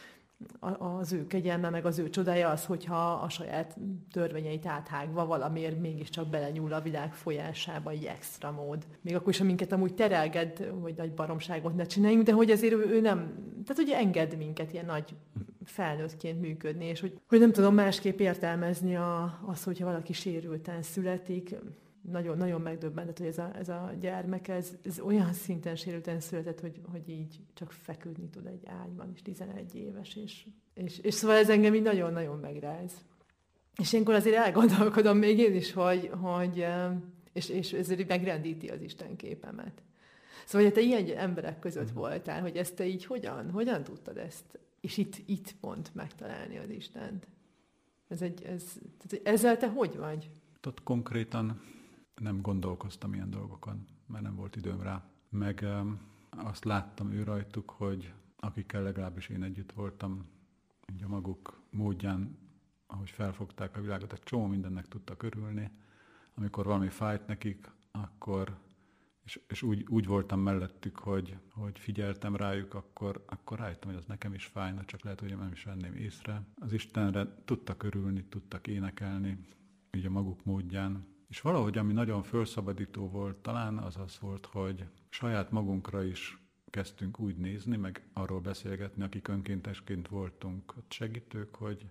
az ő kegyelme, meg az ő csodája az, hogyha a saját törvényeit áthágva valamiért mégiscsak belenyúl a világ folyásába, egy extra mód. Még akkor is, minket amúgy terelged, hogy nagy baromságot ne csináljunk, de hogy azért ő, ő nem, tehát ugye enged minket ilyen nagy felnőttként működni, és hogy, hogy nem tudom másképp értelmezni a, azt, hogyha valaki sérülten születik. Nagyon, nagyon megdöbbentett, hogy ez a, ez a gyermek, ez, ez olyan szinten sérülten született, hogy, hogy így csak feküdni tud egy ágyban, és tizenegy éves, és, és, és szóval ez engem így nagyon-nagyon megráz. És ilyenkor azért elgondolkodom még én is, hogy, hogy és, és ezért megrendíti az Isten képemet. Szóval, hogy te ilyen emberek között voltál, hogy ezt te így hogyan, hogyan tudtad ezt, és itt, itt pont megtalálni az Istent. Ez egy, ez, tehát ezzel te hogy vagy? Ott konkrétan nem gondolkoztam ilyen dolgokon, mert nem volt időm rá. Meg um, azt láttam ő rajtuk, hogy akikkel legalábbis én együtt voltam, így a maguk módján, ahogy felfogták a világot, egy csomó mindennek tudtak örülni. Amikor valami fájt nekik, akkor, és, és úgy, úgy voltam mellettük, hogy, hogy figyeltem rájuk, akkor, akkor rájöttem, hogy az nekem is fájna, csak lehet, hogy nem is venném észre. Az Istenre tudtak örülni, tudtak énekelni, így a maguk módján. És valahogy, ami nagyon felszabadító volt talán, az az volt, hogy saját magunkra is kezdtünk úgy nézni, meg arról beszélgetni, akik önkéntesként voltunk ott segítők, hogy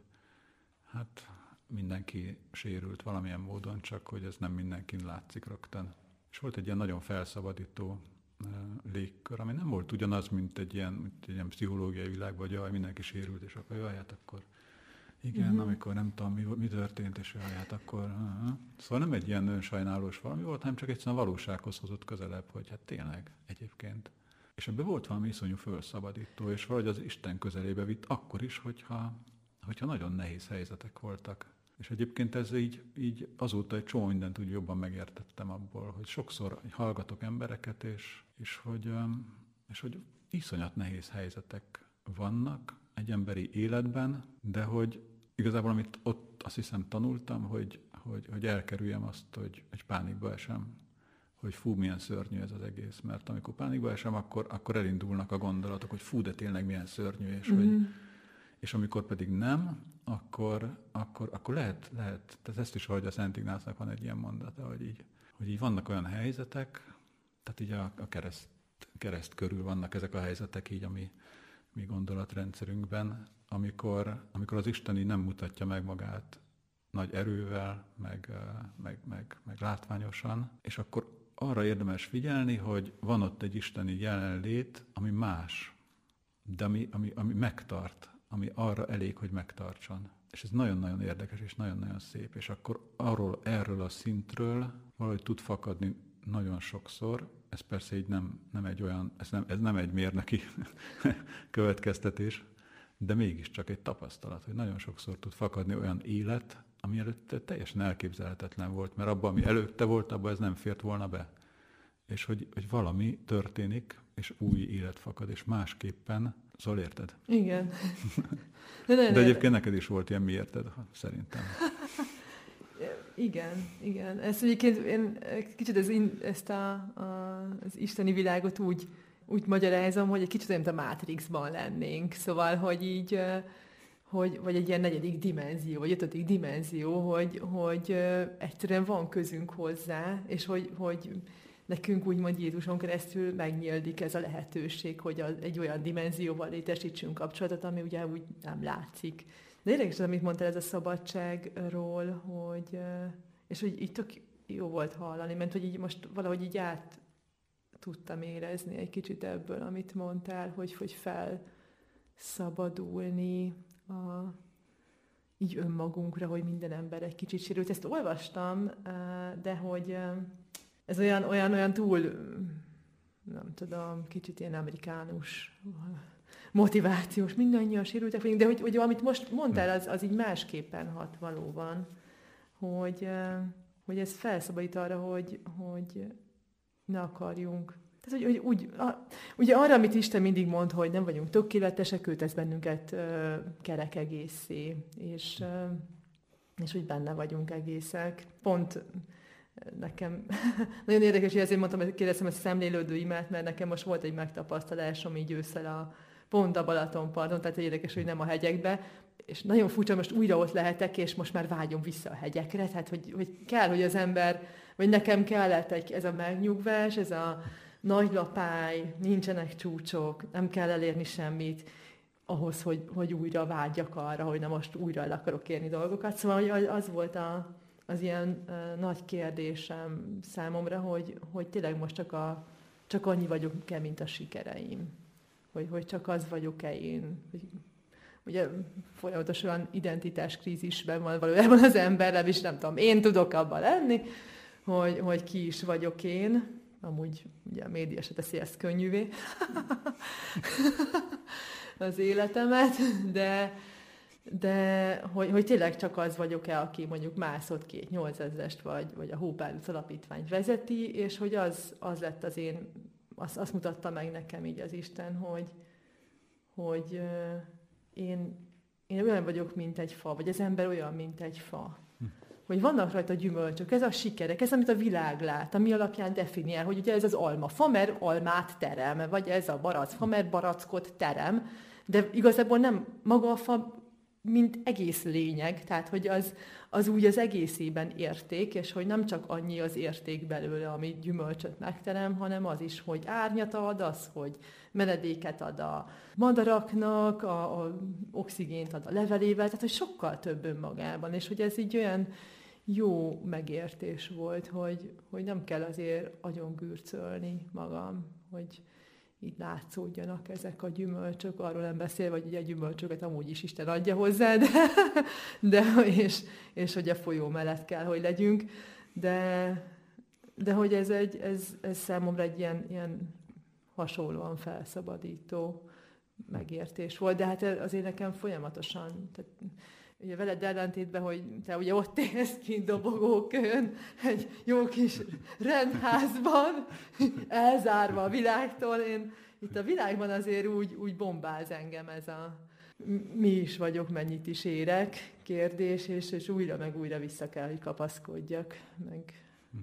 hát mindenki sérült valamilyen módon, csak hogy ez nem mindenkin látszik rögtön. És volt egy ilyen nagyon felszabadító légkör, ami nem volt ugyanaz, mint egy ilyen, mint egy ilyen pszichológiai világban, hogy jaj, mindenki sérült, és akkor jaj, hát akkor igen, uh-huh. amikor nem tudom, mi, mi történt, és jaj, hát akkor... Uh-huh. Szóval nem egy ilyen önsajnálós valami volt, hanem csak egyszerűen a valósághoz hozott közelebb, hogy hát tényleg egyébként. És ebben volt valami iszonyú fölszabadító, és valahogy az Isten közelébe vitt akkor is, hogyha, hogyha nagyon nehéz helyzetek voltak. És egyébként ez így, így azóta egy csomó mindent úgy jobban megértettem abból, hogy sokszor hallgatok embereket, és, és, hogy, és hogy iszonyat nehéz helyzetek vannak egy emberi életben, de hogy igazából amit ott azt hiszem tanultam, hogy, hogy, hogy elkerüljem azt, hogy, hogy pánikba esem, hogy fú, milyen szörnyű ez az egész, mert amikor pánikba esem, akkor, akkor elindulnak a gondolatok, hogy fú, de tényleg milyen szörnyű, és, mm-hmm. hogy, és amikor pedig nem, akkor, akkor, akkor lehet, lehet, tehát ezt is, hogy a Szent Ignácnak van egy ilyen mondata, hogy így, hogy így vannak olyan helyzetek, tehát így a, a kereszt, kereszt körül vannak ezek a helyzetek így a mi, mi gondolatrendszerünkben, amikor, amikor az Isten így nem mutatja meg magát nagy erővel, meg, meg, meg, meg látványosan, és akkor arra érdemes figyelni, hogy van ott egy isteni jelenlét, ami más, de ami, ami, ami megtart, ami arra elég, hogy megtartson. És ez nagyon-nagyon érdekes, és nagyon-nagyon szép. És akkor arról, erről a szintről valahogy tud fakadni nagyon sokszor. Ez persze így nem, nem egy olyan, ez nem, ez nem egy mérnöki következtetés, de mégiscsak egy tapasztalat, hogy nagyon sokszor tud fakadni olyan élet, ami előtte teljesen elképzelhetetlen volt, mert abban, ami előtte volt, abban ez nem fért volna be. És hogy, hogy valami történik, és új élet fakad, és másképpen, szóval érted? Igen. De, de egyébként neked is volt ilyen, mi érted, szerintem. Igen, igen. Ezt egyébként én kicsit ez, ezt a, a, az isteni világot úgy, úgy magyarázom, hogy egy kicsit olyan, mint a Matrixban lennénk. Szóval, hogy így, hogy, vagy egy ilyen negyedik dimenzió, vagy ötödik dimenzió, hogy, hogy egyszerűen van közünk hozzá, és hogy, hogy nekünk úgymond Jézuson keresztül megnyílik ez a lehetőség, hogy az, egy olyan dimenzióval létesítsünk kapcsolatot, ami ugye úgy nem látszik. De érdekes, amit mondtál ez a szabadságról, hogy, és hogy így tök jó volt hallani, mert hogy így most valahogy így át tudtam érezni egy kicsit ebből, amit mondtál, hogy, hogy felszabadulni a, így önmagunkra, hogy minden ember egy kicsit sérült. Ezt olvastam, de hogy ez olyan, olyan, olyan túl, nem tudom, kicsit ilyen amerikánus motivációs, mindannyian sérültek vagyunk, de hogy, hogy amit most mondtál, az, az így másképpen hat valóban, hogy, hogy ez felszabadít arra, hogy, hogy ne akarjunk. Tehát, hogy, hogy úgy, a, ugye arra, amit Isten mindig mond, hogy nem vagyunk tökéletesek, ő tesz bennünket uh, kerek egészé, és, uh, és hogy benne vagyunk egészek. Pont nekem nagyon érdekes, hogy ezért mondtam, hogy kérdeztem ezt a szemlélődőimet, mert nekem most volt egy megtapasztalásom így ősszel a pont a Balatonparton, tehát érdekes, hogy nem a hegyekbe, és nagyon furcsa, most újra ott lehetek, és most már vágyom vissza a hegyekre, tehát hogy, hogy kell, hogy az ember, vagy nekem kellett egy, ez a megnyugvás, ez a nagy lapály, nincsenek csúcsok, nem kell elérni semmit, ahhoz, hogy, hogy újra vágyjak arra, hogy na most újra el akarok érni dolgokat. Szóval hogy az volt a, az ilyen uh, nagy kérdésem számomra, hogy, hogy tényleg most csak, a, csak annyi vagyok-e, mint a sikereim. Hogy, hogy csak az vagyok-e én. Hogy, ugye folyamatosan identitáskrízisben van valójában az ember, és nem tudom, én tudok abban lenni, hogy, hogy ki is vagyok én. Amúgy ugye a média se teszi ezt könnyűvé az életemet, de, de hogy, hogy tényleg csak az vagyok-e, aki mondjuk mászott ki egy nyolcezrest, vagy, vagy a Hópálc alapítványt vezeti, és hogy az, az lett az én, azt, azt mutatta meg nekem így az Isten, hogy, hogy uh, én, én olyan vagyok, mint egy fa, vagy az ember olyan, mint egy fa. Hogy vannak rajta gyümölcsök, ez a sikerek, ez, amit a világ lát, ami alapján definiál, hogy ugye ez az almafa, mert almát terem, vagy ez a barackfa, mert barackot terem, de igazából nem maga a fa, mint egész lényeg, tehát hogy az, az úgy az egészében érték, és hogy nem csak annyi az érték belőle, ami gyümölcsöt megterem, hanem az is, hogy árnyat ad, az, hogy menedéket ad a madaraknak, a, a oxigént ad a levelével, tehát hogy sokkal több önmagában, és hogy ez így olyan jó megértés volt, hogy, hogy nem kell azért agyon gürcölni magam, hogy így látszódjanak ezek a gyümölcsök, arról nem beszélve, hogy ugye a gyümölcsöket amúgy is Isten adja hozzá, de, de és, és hogy a folyó mellett kell, hogy legyünk, de, de hogy ez, egy, ez, ez számomra egy ilyen, ilyen hasonlóan felszabadító megértés volt, de hát azért nekem folyamatosan, tehát ugye veled ellentétben, hogy te ugye ott élsz kint dobogókön, egy jó kis rendházban, elzárva a világtól. Én itt a világban azért úgy, úgy bombáz engem ez a, mi is vagyok, mennyit is érek kérdés, és, és újra meg újra vissza kell, hogy kapaszkodjak. Meg.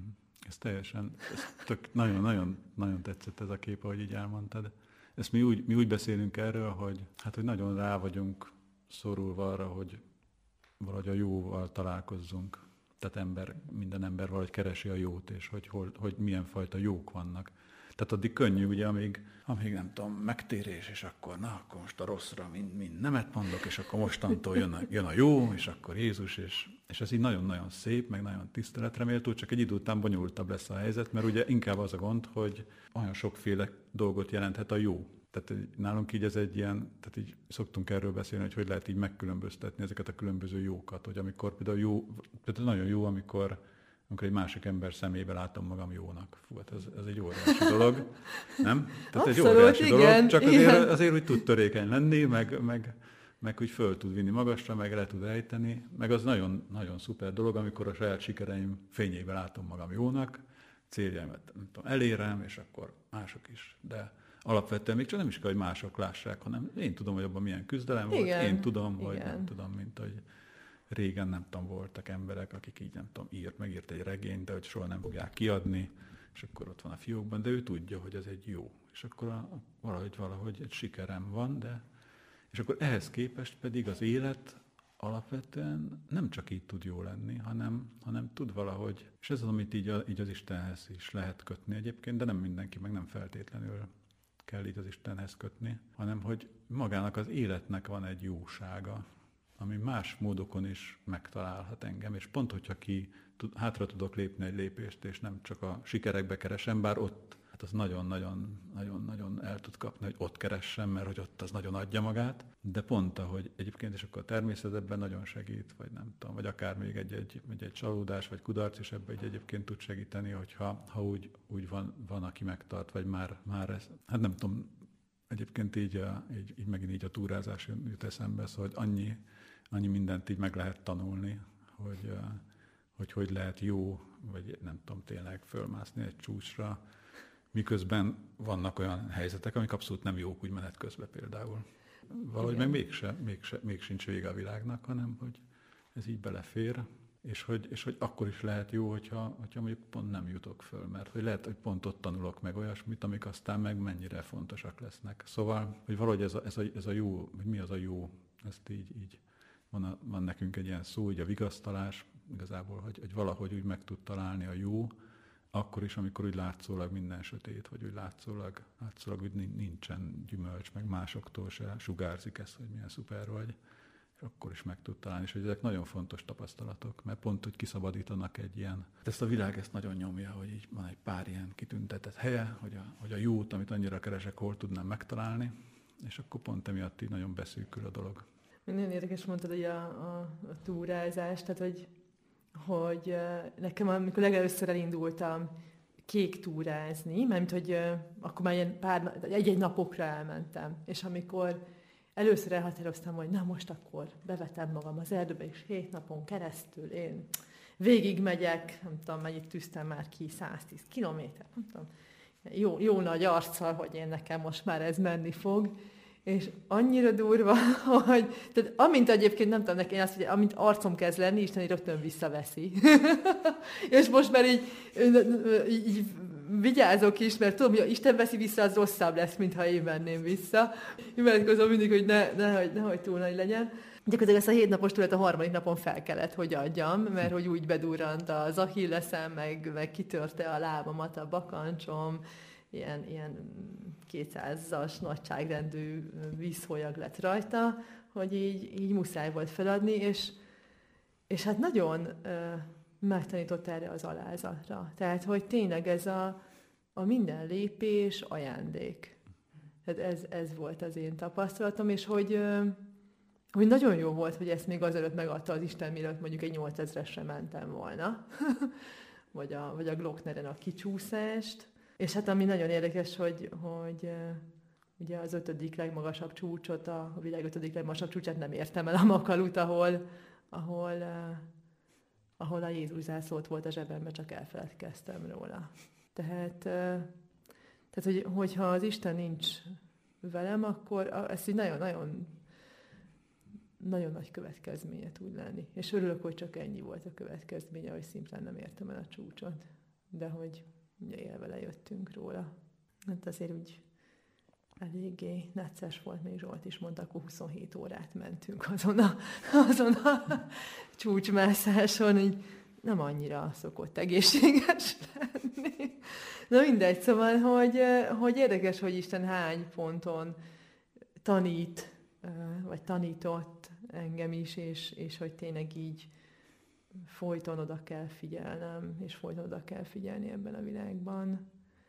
Ez teljesen, ez tök, nagyon, nagyon, nagyon tetszett ez a kép, ahogy így elmondtad. Ezt mi úgy, mi úgy beszélünk erről, hogy, hát, hogy nagyon rá vagyunk szorulva arra, hogy valahogy a jóval találkozzunk. Tehát ember, minden ember valahogy keresi a jót, és hogy, hol, hogy milyen fajta jók vannak. Tehát addig könnyű, ugye, amíg, amíg nem tudom, megtérés, és akkor na, akkor most a rosszra mind, mind nemet mondok, és akkor mostantól jön a, jön a jó, és akkor Jézus, és, és ez így nagyon-nagyon szép, meg nagyon tiszteletreméltó, csak egy idő után bonyolultabb lesz a helyzet, mert ugye inkább az a gond, hogy olyan sokféle dolgot jelenthet a jó. Tehát nálunk így ez egy ilyen, tehát így szoktunk erről beszélni, hogy hogy lehet így megkülönböztetni ezeket a különböző jókat, hogy amikor például jó, például nagyon jó, amikor amikor egy másik ember szemébe látom magam jónak. Fú, hát ez, ez egy óriási dolog, nem? Tehát abszolút, egy óriási igen, dolog, csak igen. azért, azért úgy tud törékeny lenni, meg, meg, meg úgy föl tud vinni magasra, meg le tud ejteni, meg az nagyon, nagyon szuper dolog, amikor a saját sikereim fényében látom magam jónak, céljaimat nem tudom, elérem, és akkor mások is. De alapvetően még csak nem is kell, hogy mások lássák, hanem én tudom, hogy abban milyen küzdelem volt, igen, én tudom, hogy igen. nem tudom, mint hogy régen nem tudom, voltak emberek, akik így nem tudom, írt, megírt egy regényt, de hogy soha nem fogják kiadni, és akkor ott van a fiókban, de ő tudja, hogy ez egy jó. És akkor a, valahogy, valahogy egy sikerem van, de és akkor ehhez képest pedig az élet alapvetően nem csak így tud jó lenni, hanem, hanem tud valahogy, és ez az, amit így, a, így az Istenhez is lehet kötni egyébként, de nem mindenki, meg nem feltétlenül kell így az Istenhez kötni, hanem hogy magának az életnek van egy jósága, ami más módokon is megtalálhat engem, és pont, hogyha ki hátra tudok lépni egy lépést, és nem csak a sikerekbe keresem, bár ott hát az nagyon-nagyon-nagyon el tud kapni, hogy ott keressem, mert hogy ott az nagyon adja magát, de pont ahogy egyébként is akkor a természet ebben nagyon segít, vagy nem tudom, vagy akár még egy-egy, egy csalódás, vagy kudarc is ebben egyébként tud segíteni, hogyha ha úgy, úgy van, van, aki megtart, vagy már, már ez, hát nem tudom, egyébként így, a, így, így megint így a túrázás jut eszembe, szóval hogy annyi, annyi mindent így meg lehet tanulni, hogy, hogy hogy lehet jó, vagy nem tudom, tényleg fölmászni egy csúcsra, miközben vannak olyan helyzetek, amik abszolút nem jók úgy menet közben például. Valahogy igen. meg mégse, mégse, még sincs vége a világnak, hanem hogy ez így belefér, és hogy, és hogy akkor is lehet jó, hogyha, hogyha mondjuk pont nem jutok föl, mert hogy lehet, hogy pont ott tanulok meg olyasmit, amik aztán meg mennyire fontosak lesznek. Szóval, hogy valahogy ez a, ez a, ez a jó, hogy mi az a jó, ezt így, így van, a, van nekünk egy ilyen szó, így a vigasztalás, igazából, hogy, hogy valahogy úgy meg tud találni a jó, akkor is, amikor úgy látszólag minden sötét, vagy úgy látszólag, látszólag úgy nincsen gyümölcs, meg másoktól se sugárzik ez, hogy milyen szuper vagy, és akkor is meg tud találni, és hogy ezek nagyon fontos tapasztalatok, mert pont úgy kiszabadítanak egy ilyen. Ezt a világ ezt nagyon nyomja, hogy így van egy pár ilyen kitüntetett helye, hogy a, hogy a jót, amit annyira keresek, hol tudnám megtalálni, és akkor pont emiatt így nagyon beszűkül a dolog. Nagyon érdekes mondtad, hogy a, a, a túrázás, tehát hogy hogy nekem, amikor legelőször elindultam kék túrázni, mert hogy akkor már ilyen pár, egy-egy napokra elmentem, és amikor először elhatároztam, hogy na most akkor bevetem magam az erdőbe, és hét napon keresztül én végigmegyek, nem tudom, mennyit tűztem már ki, száztíz kilométer, nem tudom, jó, jó nagy arccal, hogy én nekem most már ez menni fog, és annyira durva, hogy tehát amint egyébként nem tudom, neki én azt mondja, amint arcom kezd lenni, Isten így rögtön visszaveszi. És most már így, így, így vigyázok is, mert tudom, hogy Isten veszi vissza, az rosszabb lesz, mintha én venném vissza. Imádkozom mindig, hogy ne, nehogy, nehogy túl nagy legyen. Gyakorlatilag ezt a hét napos túlát a harmadik napon fel kellett, hogy adjam, mert hogy úgy bedurrant az achilleszem, meg, meg kitörte a lábamat a bakancsom, ilyen, ilyen kétszázas nagyságrendű vízholyag lett rajta, hogy így, így muszáj volt feladni, és, és hát nagyon ö, megtanított erre az alázatra. Tehát, hogy tényleg ez a, a minden lépés ajándék. Tehát ez, ez volt az én tapasztalatom, és hogy, ö, hogy nagyon jó volt, hogy ezt még azelőtt megadta az Isten, mielőtt mondjuk egy nyolcezresre mentem volna, vagy a, vagy a Glockneren a kicsúszást. És hát ami nagyon érdekes, hogy, hogy uh, ugye az ötödik legmagasabb csúcsot, a, a világ ötödik legmagasabb csúcsát nem értem el a Makalut, ahol, ahol, uh, ahol a Jézus zászlót volt a zsebemben, csak elfeledkeztem róla. Tehát, uh, tehát hogy, hogyha az Isten nincs velem, akkor ezt így nagyon-nagyon nagyon nagy következménye tud lenni. És örülök, hogy csak ennyi volt a következménye, hogy szimplán nem értem el a csúcsot. De hogy ugye élve lejöttünk róla. Hát azért úgy eléggé necces volt, még Zsolt is mondta, akkor huszonhét órát mentünk azon a, azon a csúcsmászáson, így nem annyira szokott egészséges lenni. Na mindegy, szóval, hogy, hogy érdekes, hogy Isten hány ponton tanít, vagy tanított engem is, és, és hogy tényleg így folyton oda kell figyelnem, és folyton oda kell figyelni ebben a világban.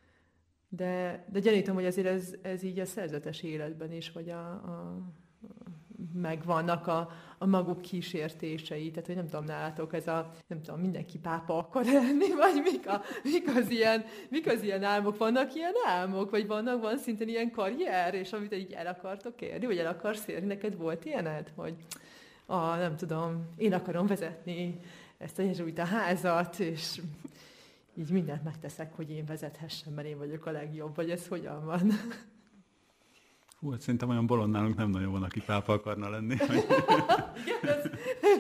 De, de gyanítom, hogy azért ez, ez így a szerzetes életben is, vagy a, a, megvannak a, a maguk kísértései. Tehát, hogy nem tudom, nálatok ez a, nem tudom, mindenki pápa akar lenni, vagy mik, a, mik, az ilyen, mik az ilyen álmok? Vannak ilyen álmok, vagy vannak, van szintén ilyen karrier, és amit így el akartok érni, vagy el akarsz érni, neked volt ilyened, hogy a, nem tudom, én akarom vezetni ezt a jezsuita házat, és így mindent megteszek, hogy én vezethessem, mert én vagyok a legjobb, vagy ez hogyan van? Hú, hát szerintem olyan bolond nálunk nem nagyon van, aki pápa akarna lenni. Igen, ez...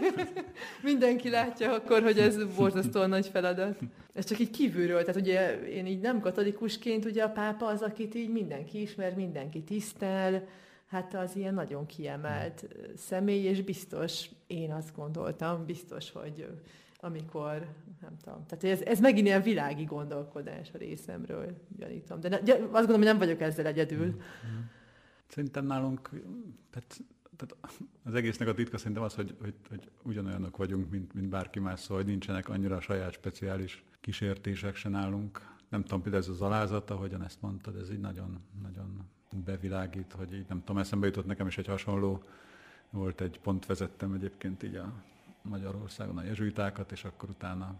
Mindenki látja akkor, hogy ez borzasztóan nagy feladat. Ez csak így kívülről, tehát ugye én így nem katolikusként, ugye a pápa az, akit így mindenki ismer, mindenki tisztel, hát az ilyen nagyon kiemelt személy, és biztos, én azt gondoltam, biztos, hogy amikor, nem tudom, tehát ez, ez megint ilyen világi gondolkodás a részemről, gyanítom. De ne, azt gondolom, hogy nem vagyok ezzel egyedül. Szerintem nálunk, tehát, tehát az egésznek a titka szerintem az, hogy, hogy, hogy ugyanolyanok vagyunk, mint, mint bárki más, szóval, hogy nincsenek annyira saját speciális kísértések se nálunk. Nem tudom, például ez az alázat, ahogyan ezt mondtad, ez így nagyon, nagyon bevilágít, hogy így nem tudom, eszembe jutott nekem is egy hasonló, volt egy pont vezettem egyébként így a Magyarországon a jezsuitákat, és akkor utána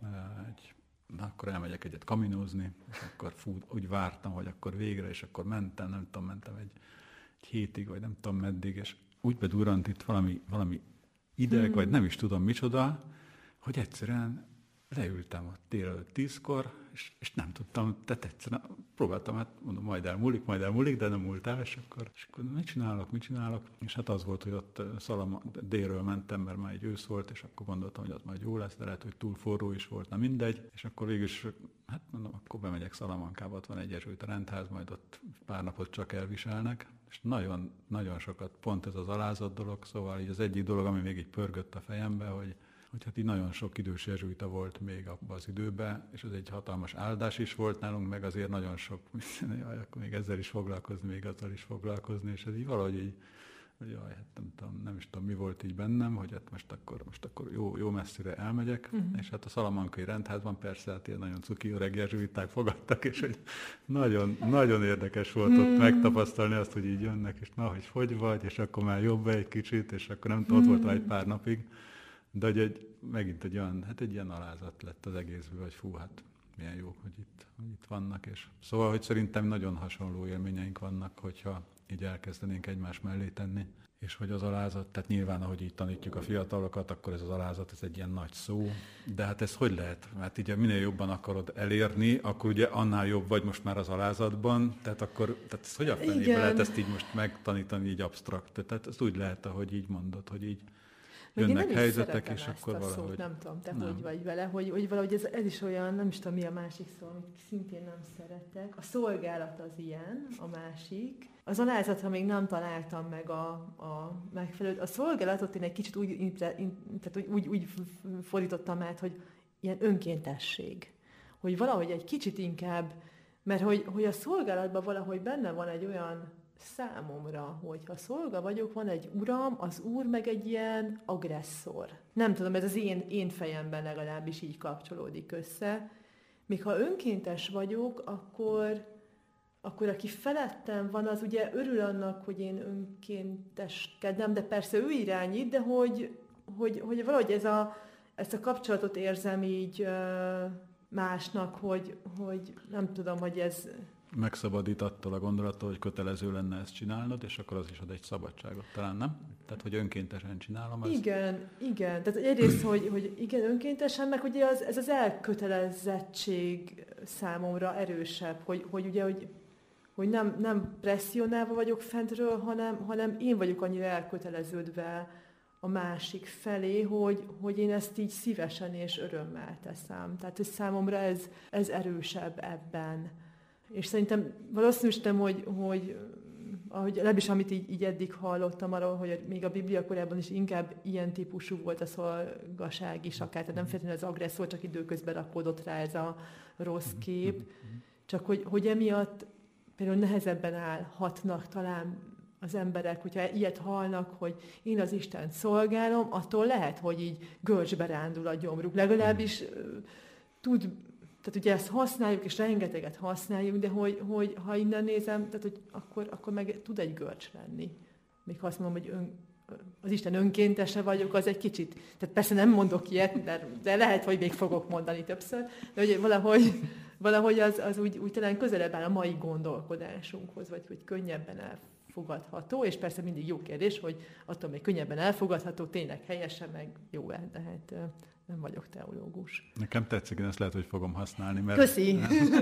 egy, na, akkor elmegyek egyet kaminózni, és akkor fú, úgy vártam, hogy akkor végre, és akkor mentem, nem tudom, mentem egy, egy hétig, vagy nem tudom meddig, és úgy bedurrant itt valami, valami ideg, hmm. vagy nem is tudom micsoda, hogy egyszerűen leültem ott délelőtt tízkor, és, és nem tudtam, tehát egyszerűen próbáltam, hát mondom, majd elmúlik, majd elmúlik, de nem múlt el, és akkor, és akkor mit csinálok, mit csinálok, és hát az volt, hogy ott Szalama, délről mentem, mert már egy ősz volt, és akkor gondoltam, hogy az majd jó lesz, de lehet, hogy túl forró is volt, na mindegy, és akkor végül is, hát mondom, akkor bemegyek Szalamankába, ott van egy jezsuita rendház, majd ott pár napot csak elviselnek, és nagyon, nagyon sokat, pont ez az alázat dolog, szóval így az egyik dolog, ami még így pörgött a fejembe, hogy hogy hát így nagyon sok idős jezsuita volt még abban az időben, és ez egy hatalmas áldás is volt nálunk, meg azért nagyon sok, jaj, akkor még ezzel is foglalkozni, még azzal is foglalkozni, és ez így valahogy így, hogy jaj, hát nem tudom, nem is tudom, mi volt így bennem, hogy hát most akkor, most akkor jó, jó messzire elmegyek, uh-huh. és hát a szalamankai rendházban persze hát ilyen nagyon cuki öreg jezsuiták fogadtak, és hogy nagyon, nagyon érdekes volt uh-huh. ott megtapasztalni azt, hogy így jönnek, és na, hogy hogy vagy, és akkor már jobb egy kicsit, és akkor nem tudom, ott volt rá egy pár napig. De hogy egy, megint egy olyan, hát egy ilyen alázat lett az egészből, hogy fú, hát milyen jó, hogy itt, hogy itt vannak. És szóval, hogy szerintem nagyon hasonló élményeink vannak, hogyha így elkezdenénk egymás mellé tenni. És hogy az alázat, tehát nyilván, ahogy így tanítjuk a fiatalokat, akkor ez az alázat, ez egy ilyen nagy szó. De hát ez hogy lehet? Mert ugye minél jobban akarod elérni, akkor ugye annál jobb vagy most már az alázatban. Tehát akkor, tehát ez hogy a fenébe lehet ezt így most megtanítani így absztrakt? Tehát ezt úgy lehet, ahogy így mondod, hogy így jönnek helyzetek, és akkor valahogy... Szót, nem tudom, te nem. Hogy vagy vele, hogy, hogy valahogy ez, ez is olyan, nem is tudom, mi a másik szó, amit szintén nem szeretek. A szolgálat az ilyen, a másik. Az alázatra még nem találtam meg a, a megfelelőt. A szolgálatot én egy kicsit úgy, tehát úgy, úgy, úgy fordítottam át, hogy ilyen önkéntesség. Hogy valahogy egy kicsit inkább, mert hogy, hogy a szolgálatban valahogy benne van egy olyan számomra, hogy ha szolga vagyok, van egy uram, az úr meg egy ilyen agresszor. Nem tudom, ez az én, én fejemben legalábbis így kapcsolódik össze. Még ha önkéntes vagyok, akkor, akkor aki felettem van, az ugye örül annak, hogy én önkénteskedem, de persze ő irányít, de hogy, hogy, hogy valahogy ez a, ezt a kapcsolatot érzem így másnak, hogy, hogy nem tudom, hogy ez... Megszabadít attól a gondolattól, hogy kötelező lenne ezt csinálnod, és akkor az is ad egy szabadságot, talán nem? Tehát, hogy önkéntesen csinálom ezt? Igen, igen. Tehát egyrészt, hogy, hogy igen, önkéntesen, meg ugye az, ez az elkötelezettség számomra erősebb, hogy, hogy ugye, hogy, hogy nem, nem presszionálva vagyok fentről, hanem, hanem én vagyok annyira elköteleződve a másik felé, hogy, hogy én ezt így szívesen és örömmel teszem. Tehát, hogy számomra ez, ez erősebb ebben. És szerintem valószínűsítem, hogy, hogy ahogy legalábbis amit így, így eddig hallottam arról, hogy még a Biblia korában is inkább ilyen típusú volt a szolgaság is akár, tehát nem feltétlenül az agresszor, csak időközben rakódott rá ez a rossz kép, csak hogy, hogy emiatt például nehezebben állhatnak talán az emberek, hogyha ilyet hallnak, hogy én az Istent szolgálom, attól lehet, hogy így görcsbe rándul a gyomruk. Legalábbis tud, tehát ugye ezt használjuk, és rengeteget használjuk, de hogy, hogy ha innen nézem, tehát hogy akkor, akkor meg tud egy görcs lenni. Még ha azt mondom, hogy ön, az Isten önkéntese vagyok, az egy kicsit, tehát persze nem mondok ilyet, de, de lehet, hogy még fogok mondani többször, de hogy valahogy, valahogy az, az úgy, úgy talán közelebb áll a mai gondolkodásunkhoz, vagy hogy könnyebben elfogadható, és persze mindig jó kérdés, hogy attól még könnyebben elfogadható, tényleg helyesen, meg jó-e, de hát nem vagyok teológus. Nekem tetszik, én ezt lehet, hogy fogom használni, mert... Köszi!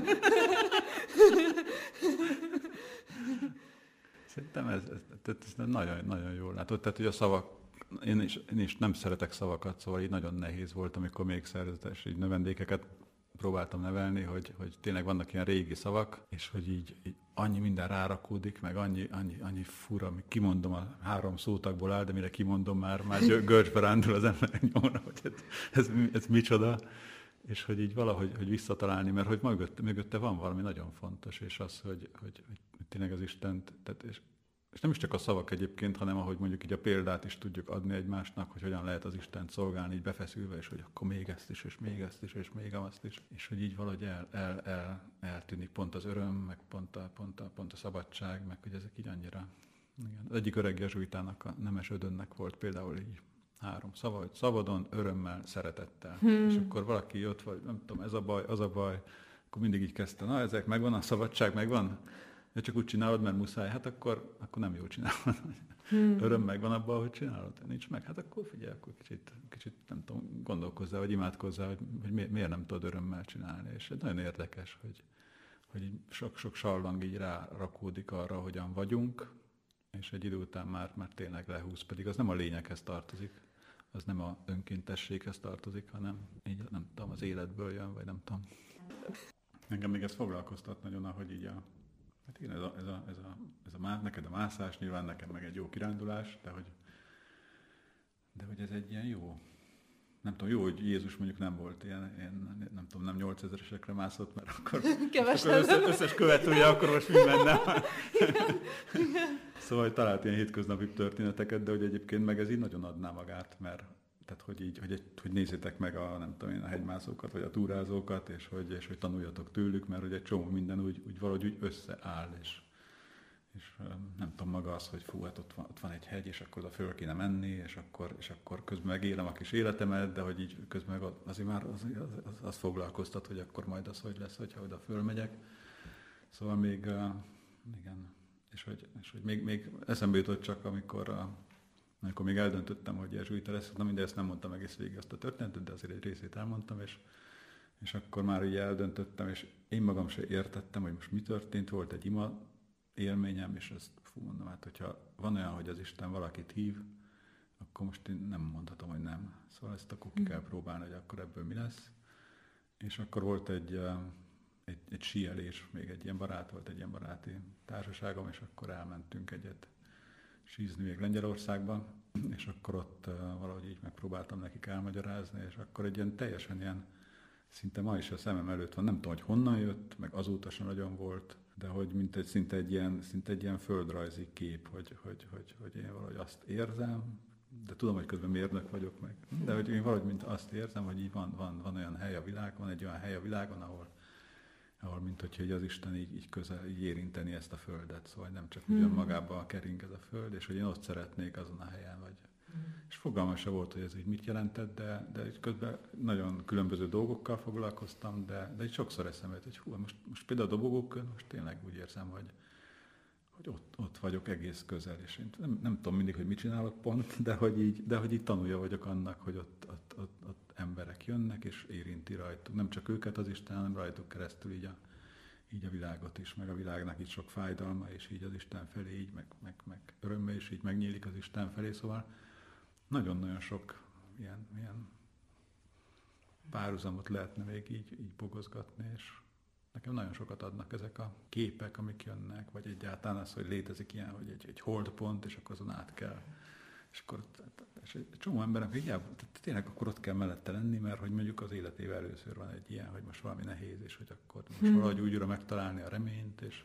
Szerintem ez, ez, ez nagyon, nagyon jól látod. Tehát, hogy a szavak, én is, én is nem szeretek szavakat, szóval így nagyon nehéz volt, amikor még szerzetes így növendékeket próbáltam nevelni, hogy, hogy tényleg vannak ilyen régi szavak, és hogy így, így annyi minden rárakódik, meg annyi, annyi, annyi fura, amíg kimondom, a három szótagból áll, de mire kimondom, már, már görcsbe rándul az ember nyomra, hogy ez, ez, ez micsoda, és hogy így valahogy hogy visszatalálni, mert hogy mögötte, mögötte van valami nagyon fontos, és az, hogy, hogy, hogy tényleg az Istent, tehát és, és nem is csak a szavak egyébként, hanem ahogy mondjuk így a példát is tudjuk adni egymásnak, hogy hogyan lehet az Istent szolgálni, így befeszülve, és hogy akkor még ezt is, és még ezt is, és még azt is. És hogy így valahogy el, el, el, eltűnik pont az öröm, meg pont a, pont, a, pont a szabadság, meg hogy ezek így annyira... Igen. Az egyik öreg jezsuitának, a Nemes Ödönnek volt például így három szava, hogy szabadon, örömmel, szeretettel. Hmm. És akkor valaki jött, vagy nem tudom, ez a baj, az a baj, akkor mindig így kezdte, na ezek megvan, a szabadság megvan, de csak úgy csinálod, mert muszáj, hát akkor, akkor nem jól csinálod. Hmm. Öröm megvan abban, hogy csinálod, nincs meg, hát akkor figyelj, akkor kicsit, kicsit nem tudom, gondolkozzál, vagy imádkozzál, hogy, hogy miért nem tudod örömmel csinálni. És nagyon érdekes, hogy, hogy sok-sok sallang így rárakódik arra, hogyan vagyunk, és egy idő után már, már tényleg lehúz, pedig az nem a lényeghez tartozik, az nem a önkéntességhez tartozik, hanem így nem tudom, az életből jön, vagy nem tudom. Engem még ez foglalkoztat nagyon, ahogy így a, hát igen, ez a, ez a, ez a, ez a má, neked a mászás, nyilván nekem meg egy jó kirándulás, de hogy, de hogy ez egy ilyen jó, nem tudom, jó, hogy Jézus mondjuk nem volt ilyen, ilyen nem tudom, nem nyolcezeresekre mászott, mert akkor, akkor összes, összes követője, akkor most mi menne. Szóval talált ilyen hétköznapi történeteket, de hogy egyébként meg ez így nagyon adná magát, mert tehát, hogy így, hogy, hogy nézzétek meg a, nem tudom én, a hegymászókat, vagy a túrázókat, és hogy, és hogy tanuljatok tőlük, mert hogy egy csomó minden úgy, úgy valahogy úgy összeáll, és, és nem tudom maga az, hogy fú, hát ott van, ott van egy hegy, és akkor oda föl kéne menni, és akkor, és akkor közben megélem a kis életemet, de hogy így közben meg azért már az, az, az, az foglalkoztat, hogy akkor majd az hogy lesz, hogyha oda fölmegyek. Szóval még, uh, igen, és hogy, és hogy még, még eszembe jutott csak, amikor, uh, amikor még eldöntöttem, hogy jezsuita lesz, na mindegy, ezt nem mondtam egész végig azt a történetet, de azért egy részét elmondtam, és, és akkor már így eldöntöttem, és én magam se értettem, hogy most mi történt, volt egy ima élményem, és ezt fú, mondom, hát hogyha van olyan, hogy az Isten valakit hív, akkor most én nem mondhatom, hogy nem. Szóval ezt akkor ki kell próbálni, hogy akkor ebből mi lesz. És akkor volt egy, egy, egy síelés, még egy ilyen barát volt, egy ilyen baráti társaságom, és akkor elmentünk egyet sízni még Lengyelországban, és akkor ott valahogy így megpróbáltam nekik elmagyarázni, és akkor egy ilyen teljesen ilyen, szinte ma is a szemem előtt van, nem tudom, hogy honnan jött, meg azóta sem nagyon volt, de hogy mint egy, szinte, egy ilyen, szinte egy ilyen földrajzi kép, hogy, hogy, hogy, hogy én valahogy azt érzem, de tudom, hogy közben mérnök vagyok meg, de hogy én valahogy mint azt érzem, hogy így van, van, van olyan hely a világon, van egy olyan hely a világon, ahol, ahol mint hogyha az Isten így, így közel így érinteni ezt a földet, szóval nem csak ugyan magában kering ez a föld, és hogy én ott szeretnék azon a helyen, vagy. És fogalmam se volt, hogy ez így mit jelentett, de, de közben nagyon különböző dolgokkal foglalkoztam, de, de így sokszor eszembe jött, hogy hú, most, most például a dobogókön, most tényleg úgy érzem, hogy, hogy ott, ott vagyok egész közel, és én nem, nem tudom mindig, hogy mit csinálok pont, de hogy így, de hogy így tanulja vagyok annak, hogy ott, ott, ott, ott emberek jönnek, és érinti rajtuk, nem csak őket az Isten, hanem rajtuk keresztül így a, így a világot is, meg a világnak is sok fájdalma, és így az Isten felé, így meg, meg, meg örömmel, és így megnyílik az Isten felé, szóval nagyon-nagyon sok ilyen, ilyen párhuzamot lehetne még így, így bogozgatni, és nekem nagyon sokat adnak ezek a képek, amik jönnek, vagy egyáltalán az, hogy létezik ilyen, hogy egy, egy holdpont, és akkor azon át kell. És akkor és egy csomó embernek így, tényleg akkor ott kell mellette lenni, mert hogy mondjuk az életében először van egy ilyen, hogy most valami nehéz, és hogy akkor most hmm. valahogy újra megtalálni a reményt, és,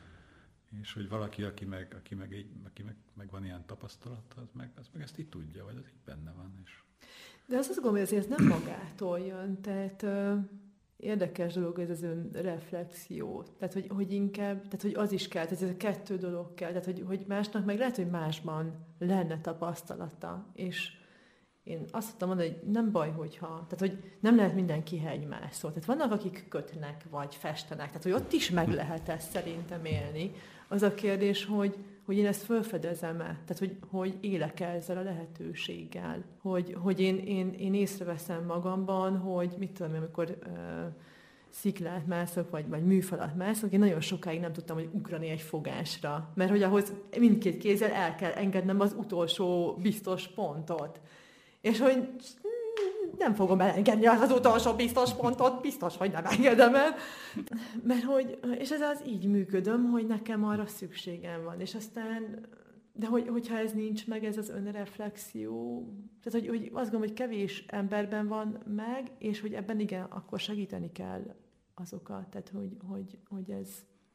és hogy valaki, aki meg, aki meg, így, aki meg, meg van ilyen tapasztalat, az meg, az meg ezt így tudja, vagy az így benne van. És... De azt azt gondolom, hogy azért nem magától jön, tehát ö, érdekes dolog ez az önreflexió, tehát hogy, hogy inkább, tehát hogy az is kell, tehát ez a kettő dolog kell, tehát hogy, hogy másnak meg lehet, hogy másban lenne tapasztalata, és én azt tudtam mondani, hogy nem baj, hogyha, tehát hogy nem lehet mindenki hegymászó, tehát vannak, akik kötnek, vagy festenek, tehát hogy ott is meg lehet ezt szerintem élni. Az a kérdés, hogy, hogy én ezt felfedezem-e, tehát hogy, hogy élek ezzel a lehetőséggel, hogy, hogy én, én, én észreveszem magamban, hogy mit tudom, amikor uh, sziklát mászok, vagy, vagy műfalat mászok, én nagyon sokáig nem tudtam, hogy ugrani egy fogásra, mert hogy ahhoz mindkét kézzel el kell engednem az utolsó biztos pontot. És hogy nem fogom elengedni az utolsó biztos pontot, biztos, hogy nem engedem el. Mert hogy, és ez az így működöm, hogy nekem arra szükségem van. És aztán, de hogy, hogyha ez nincs meg, ez az önreflexió, tehát hogy, hogy azt gondolom, hogy kevés emberben van meg, és hogy ebben igen, akkor segíteni kell azokat. Tehát, hogy, hogy, hogy ez,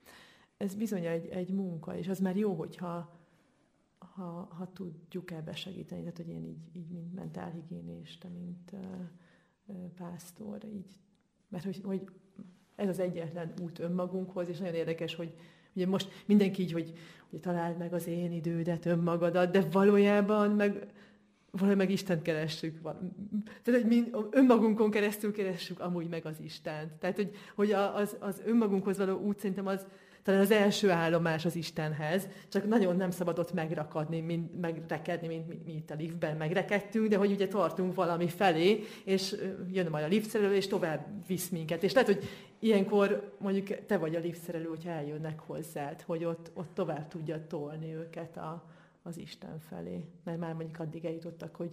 ez bizony egy, egy munka, és az már jó, hogyha Ha, ha tudjuk ebbe segíteni, tehát hogy én így, így mint mentálhigiénista, mint uh, uh, pásztor, így, mert hogy, hogy ez az egyetlen út önmagunkhoz, és nagyon érdekes, hogy ugye most mindenki így, hogy, hogy találd meg az én idődet, önmagadat, de valójában meg, valójában meg Istent keressük. Tehát, hogy mi önmagunkon keresztül keressük amúgy meg az Istent. Tehát, hogy, hogy az, az önmagunkhoz való út szerintem az talán az első állomás az Istenhez, csak nagyon nem szabad ott megrakadni, mint, megrekedni, mint mi, mi itt a liftben megrekedtünk, de hogy ugye tartunk valami felé, és jön majd a liftszerelő, és tovább visz minket. És lehet, hogy ilyenkor mondjuk te vagy a liftszerelő, hogyha eljönnek hozzád, hogy ott, ott tovább tudja tolni őket a, az Isten felé. Mert már mondjuk addig eljutottak, hogy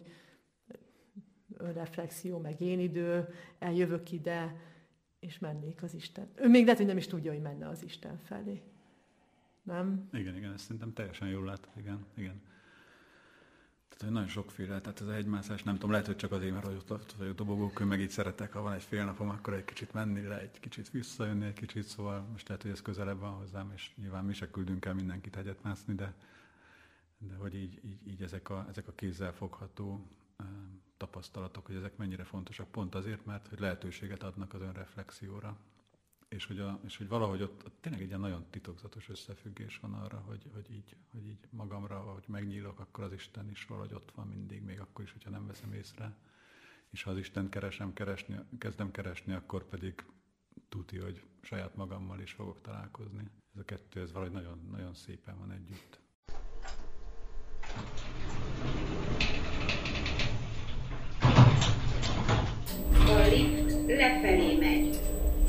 önreflexió, meg én idő, eljövök ide, és mennék az Isten. Ő még lehet, hogy nem is tudja, hogy menne az Isten felé. Nem? Igen, igen, ezt szerintem teljesen jól látod, igen, igen. Tehát, hogy nagyon sokféle, tehát ez a hegymászás, nem tudom, lehet, hogy csak azért, mert hogy ott vagy a dobogókön, meg így szeretek, ha van egy fél napom, akkor egy kicsit menni le, egy kicsit visszajönni, egy kicsit, szóval most lehet, hogy ez közelebb van hozzám, és nyilván mi se küldünk el mindenkit hegyet mászni, de, de hogy így, így, így ezek, a, ezek a kézzel fogható tapasztalatok, hogy ezek mennyire fontosak, pont azért, mert hogy lehetőséget adnak az önreflexióra. És hogy, a, és hogy valahogy ott, ott tényleg egy ilyen nagyon titokzatos összefüggés van arra, hogy, hogy, így, hogy így magamra, ahogy megnyílok, akkor az Isten is valahogy ott van mindig, még akkor is, hogyha nem veszem észre. És ha az Istent keresem, keresni, kezdem keresni, akkor pedig tuti, hogy saját magammal is fogok találkozni. Ez a kettő, ez valahogy nagyon, nagyon szépen van együtt. A lift lefelé megy.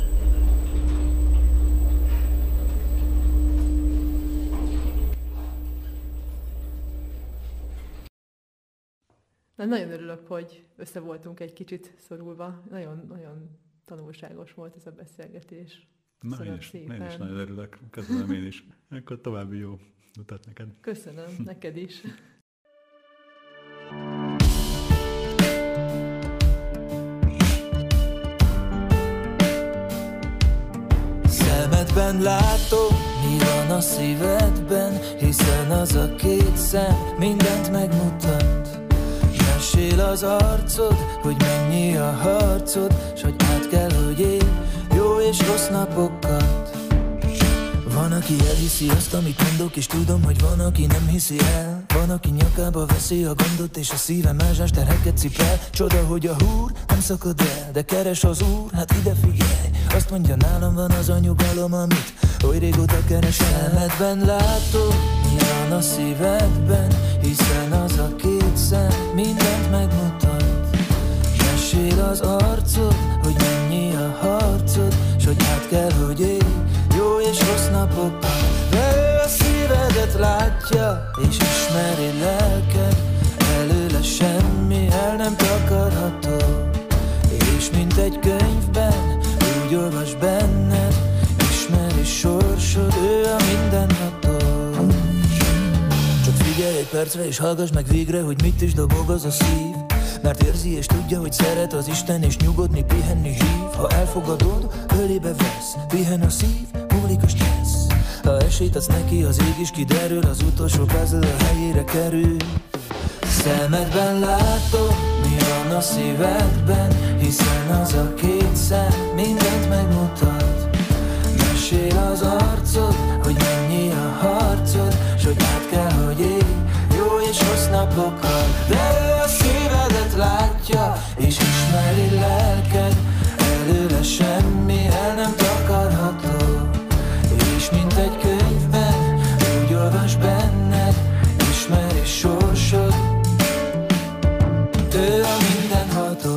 Na, nagyon örülök, hogy össze voltunk egy kicsit szorulva. Nagyon, nagyon tanulságos volt ez a beszélgetés. Na, én is, én is nagyon örülök. Köszönöm én is. Akkor további jó utat neked. Köszönöm, neked is. Szemedben látom, mi van a szívedben, hiszen az a két szem mindent megmutat. Mesél az arcod, hogy mennyi a harcod, s hogy át kell, hogy élj jó és rossz napokat. Van, aki elhiszi azt, amit mondok, és tudom, hogy van, aki nem hiszi el. Van, aki nyakába veszi a gondot, és a szíve mázsás terheket cipel. Csoda, hogy a húr nem szakad el, de keres az Úr, hát ide figyelj. Azt mondja, nálam van az a nyugalom, amit oly régóta keresel. Szemedben látom, mi van a szívedben, hiszen az a két szem mindent megmutat. Mesél az arcod, hogy mennyi a harcod, s hogy át kell, hogy élj jó látja, és ismeri lelked, előle semmi el nem takarható. És mint egy könyvben, úgy olvas benned, ismeri sorsod, ő a mindenható. Csak figyelj egy percre és hallgass meg végre, hogy mit is dobog az a szív. Mert érzi és tudja, hogy szeret az Isten, és nyugodni, pihenni hív. Ha elfogadod, ölébe vesz, pihen a szív, múlik a stressz. Ha esélyt adsz neki, az ég is kiderül, az utolsó puzzle a helyére kerül. Szemedben látom, mi van a szívedben, hiszen az a két szem mindent megmutat. Mesél az arcod, hogy mennyi a harcod, s hogy át kell, hogy élj jó és rossz napokkal. De ő a szívedet látja, és ismeri lelked, előle semmi el nem takarható. És mint egy könyvben, úgy olvas benned, ismeri sorsod, ő a mindenható.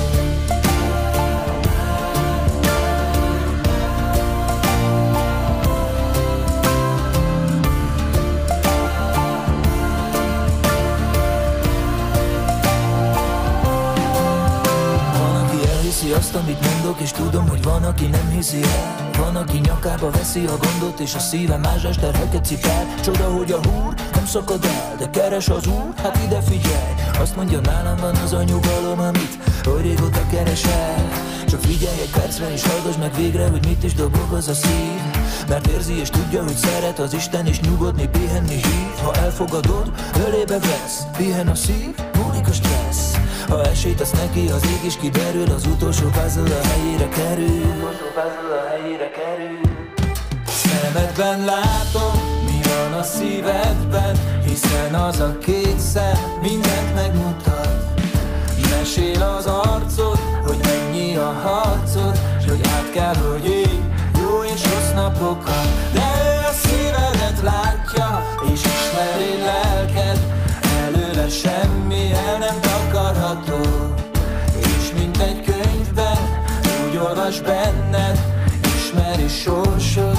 Azt, amit mondok, és tudom, hogy van, aki nem hiszi el. Van, aki nyakába veszi a gondot, és a szíve mázsás terheket cipel. Csoda, hogy a húr nem szakad el, de keres az úr, hát ide figyelj. Azt mondja, nálam van az a nyugalom, amit oly régóta keresel. Csak figyelj egy percre, és hallgass meg végre, hogy mit is dobog az a szív. Mert érzi és tudja, hogy szeret az Isten, és nyugodni, pihenni hív. Ha elfogadod, ölébe vesz, pihen a szív, múlik a stressz. Ha esélyt adsz neki, az ég is kiderül, az utolsó puzzle a helyére kerül. Utolsó puzzle a helyére kerül. Szemedben látom, mi van a szívedben, hiszen az a két szem mindent megmutat. Mesél az arcod, hogy mennyi a harcod, s hogy át kell, hogy élj jó és rossz napokkal. De ő a szívedet látja, és ismeri lelked, előle semmi el nem takarható. És mint egy könyvben, úgy olvas benned, ismeri sorsod,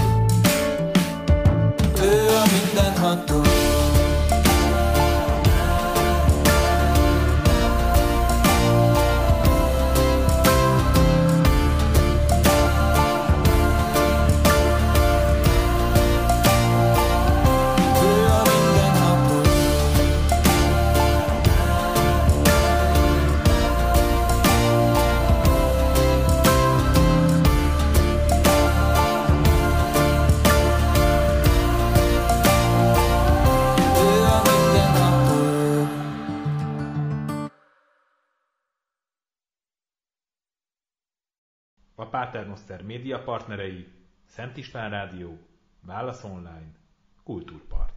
ő a mindenható. A Paternoster média partnerei: Szent István Rádió, Válasz Online, Kultúrpart.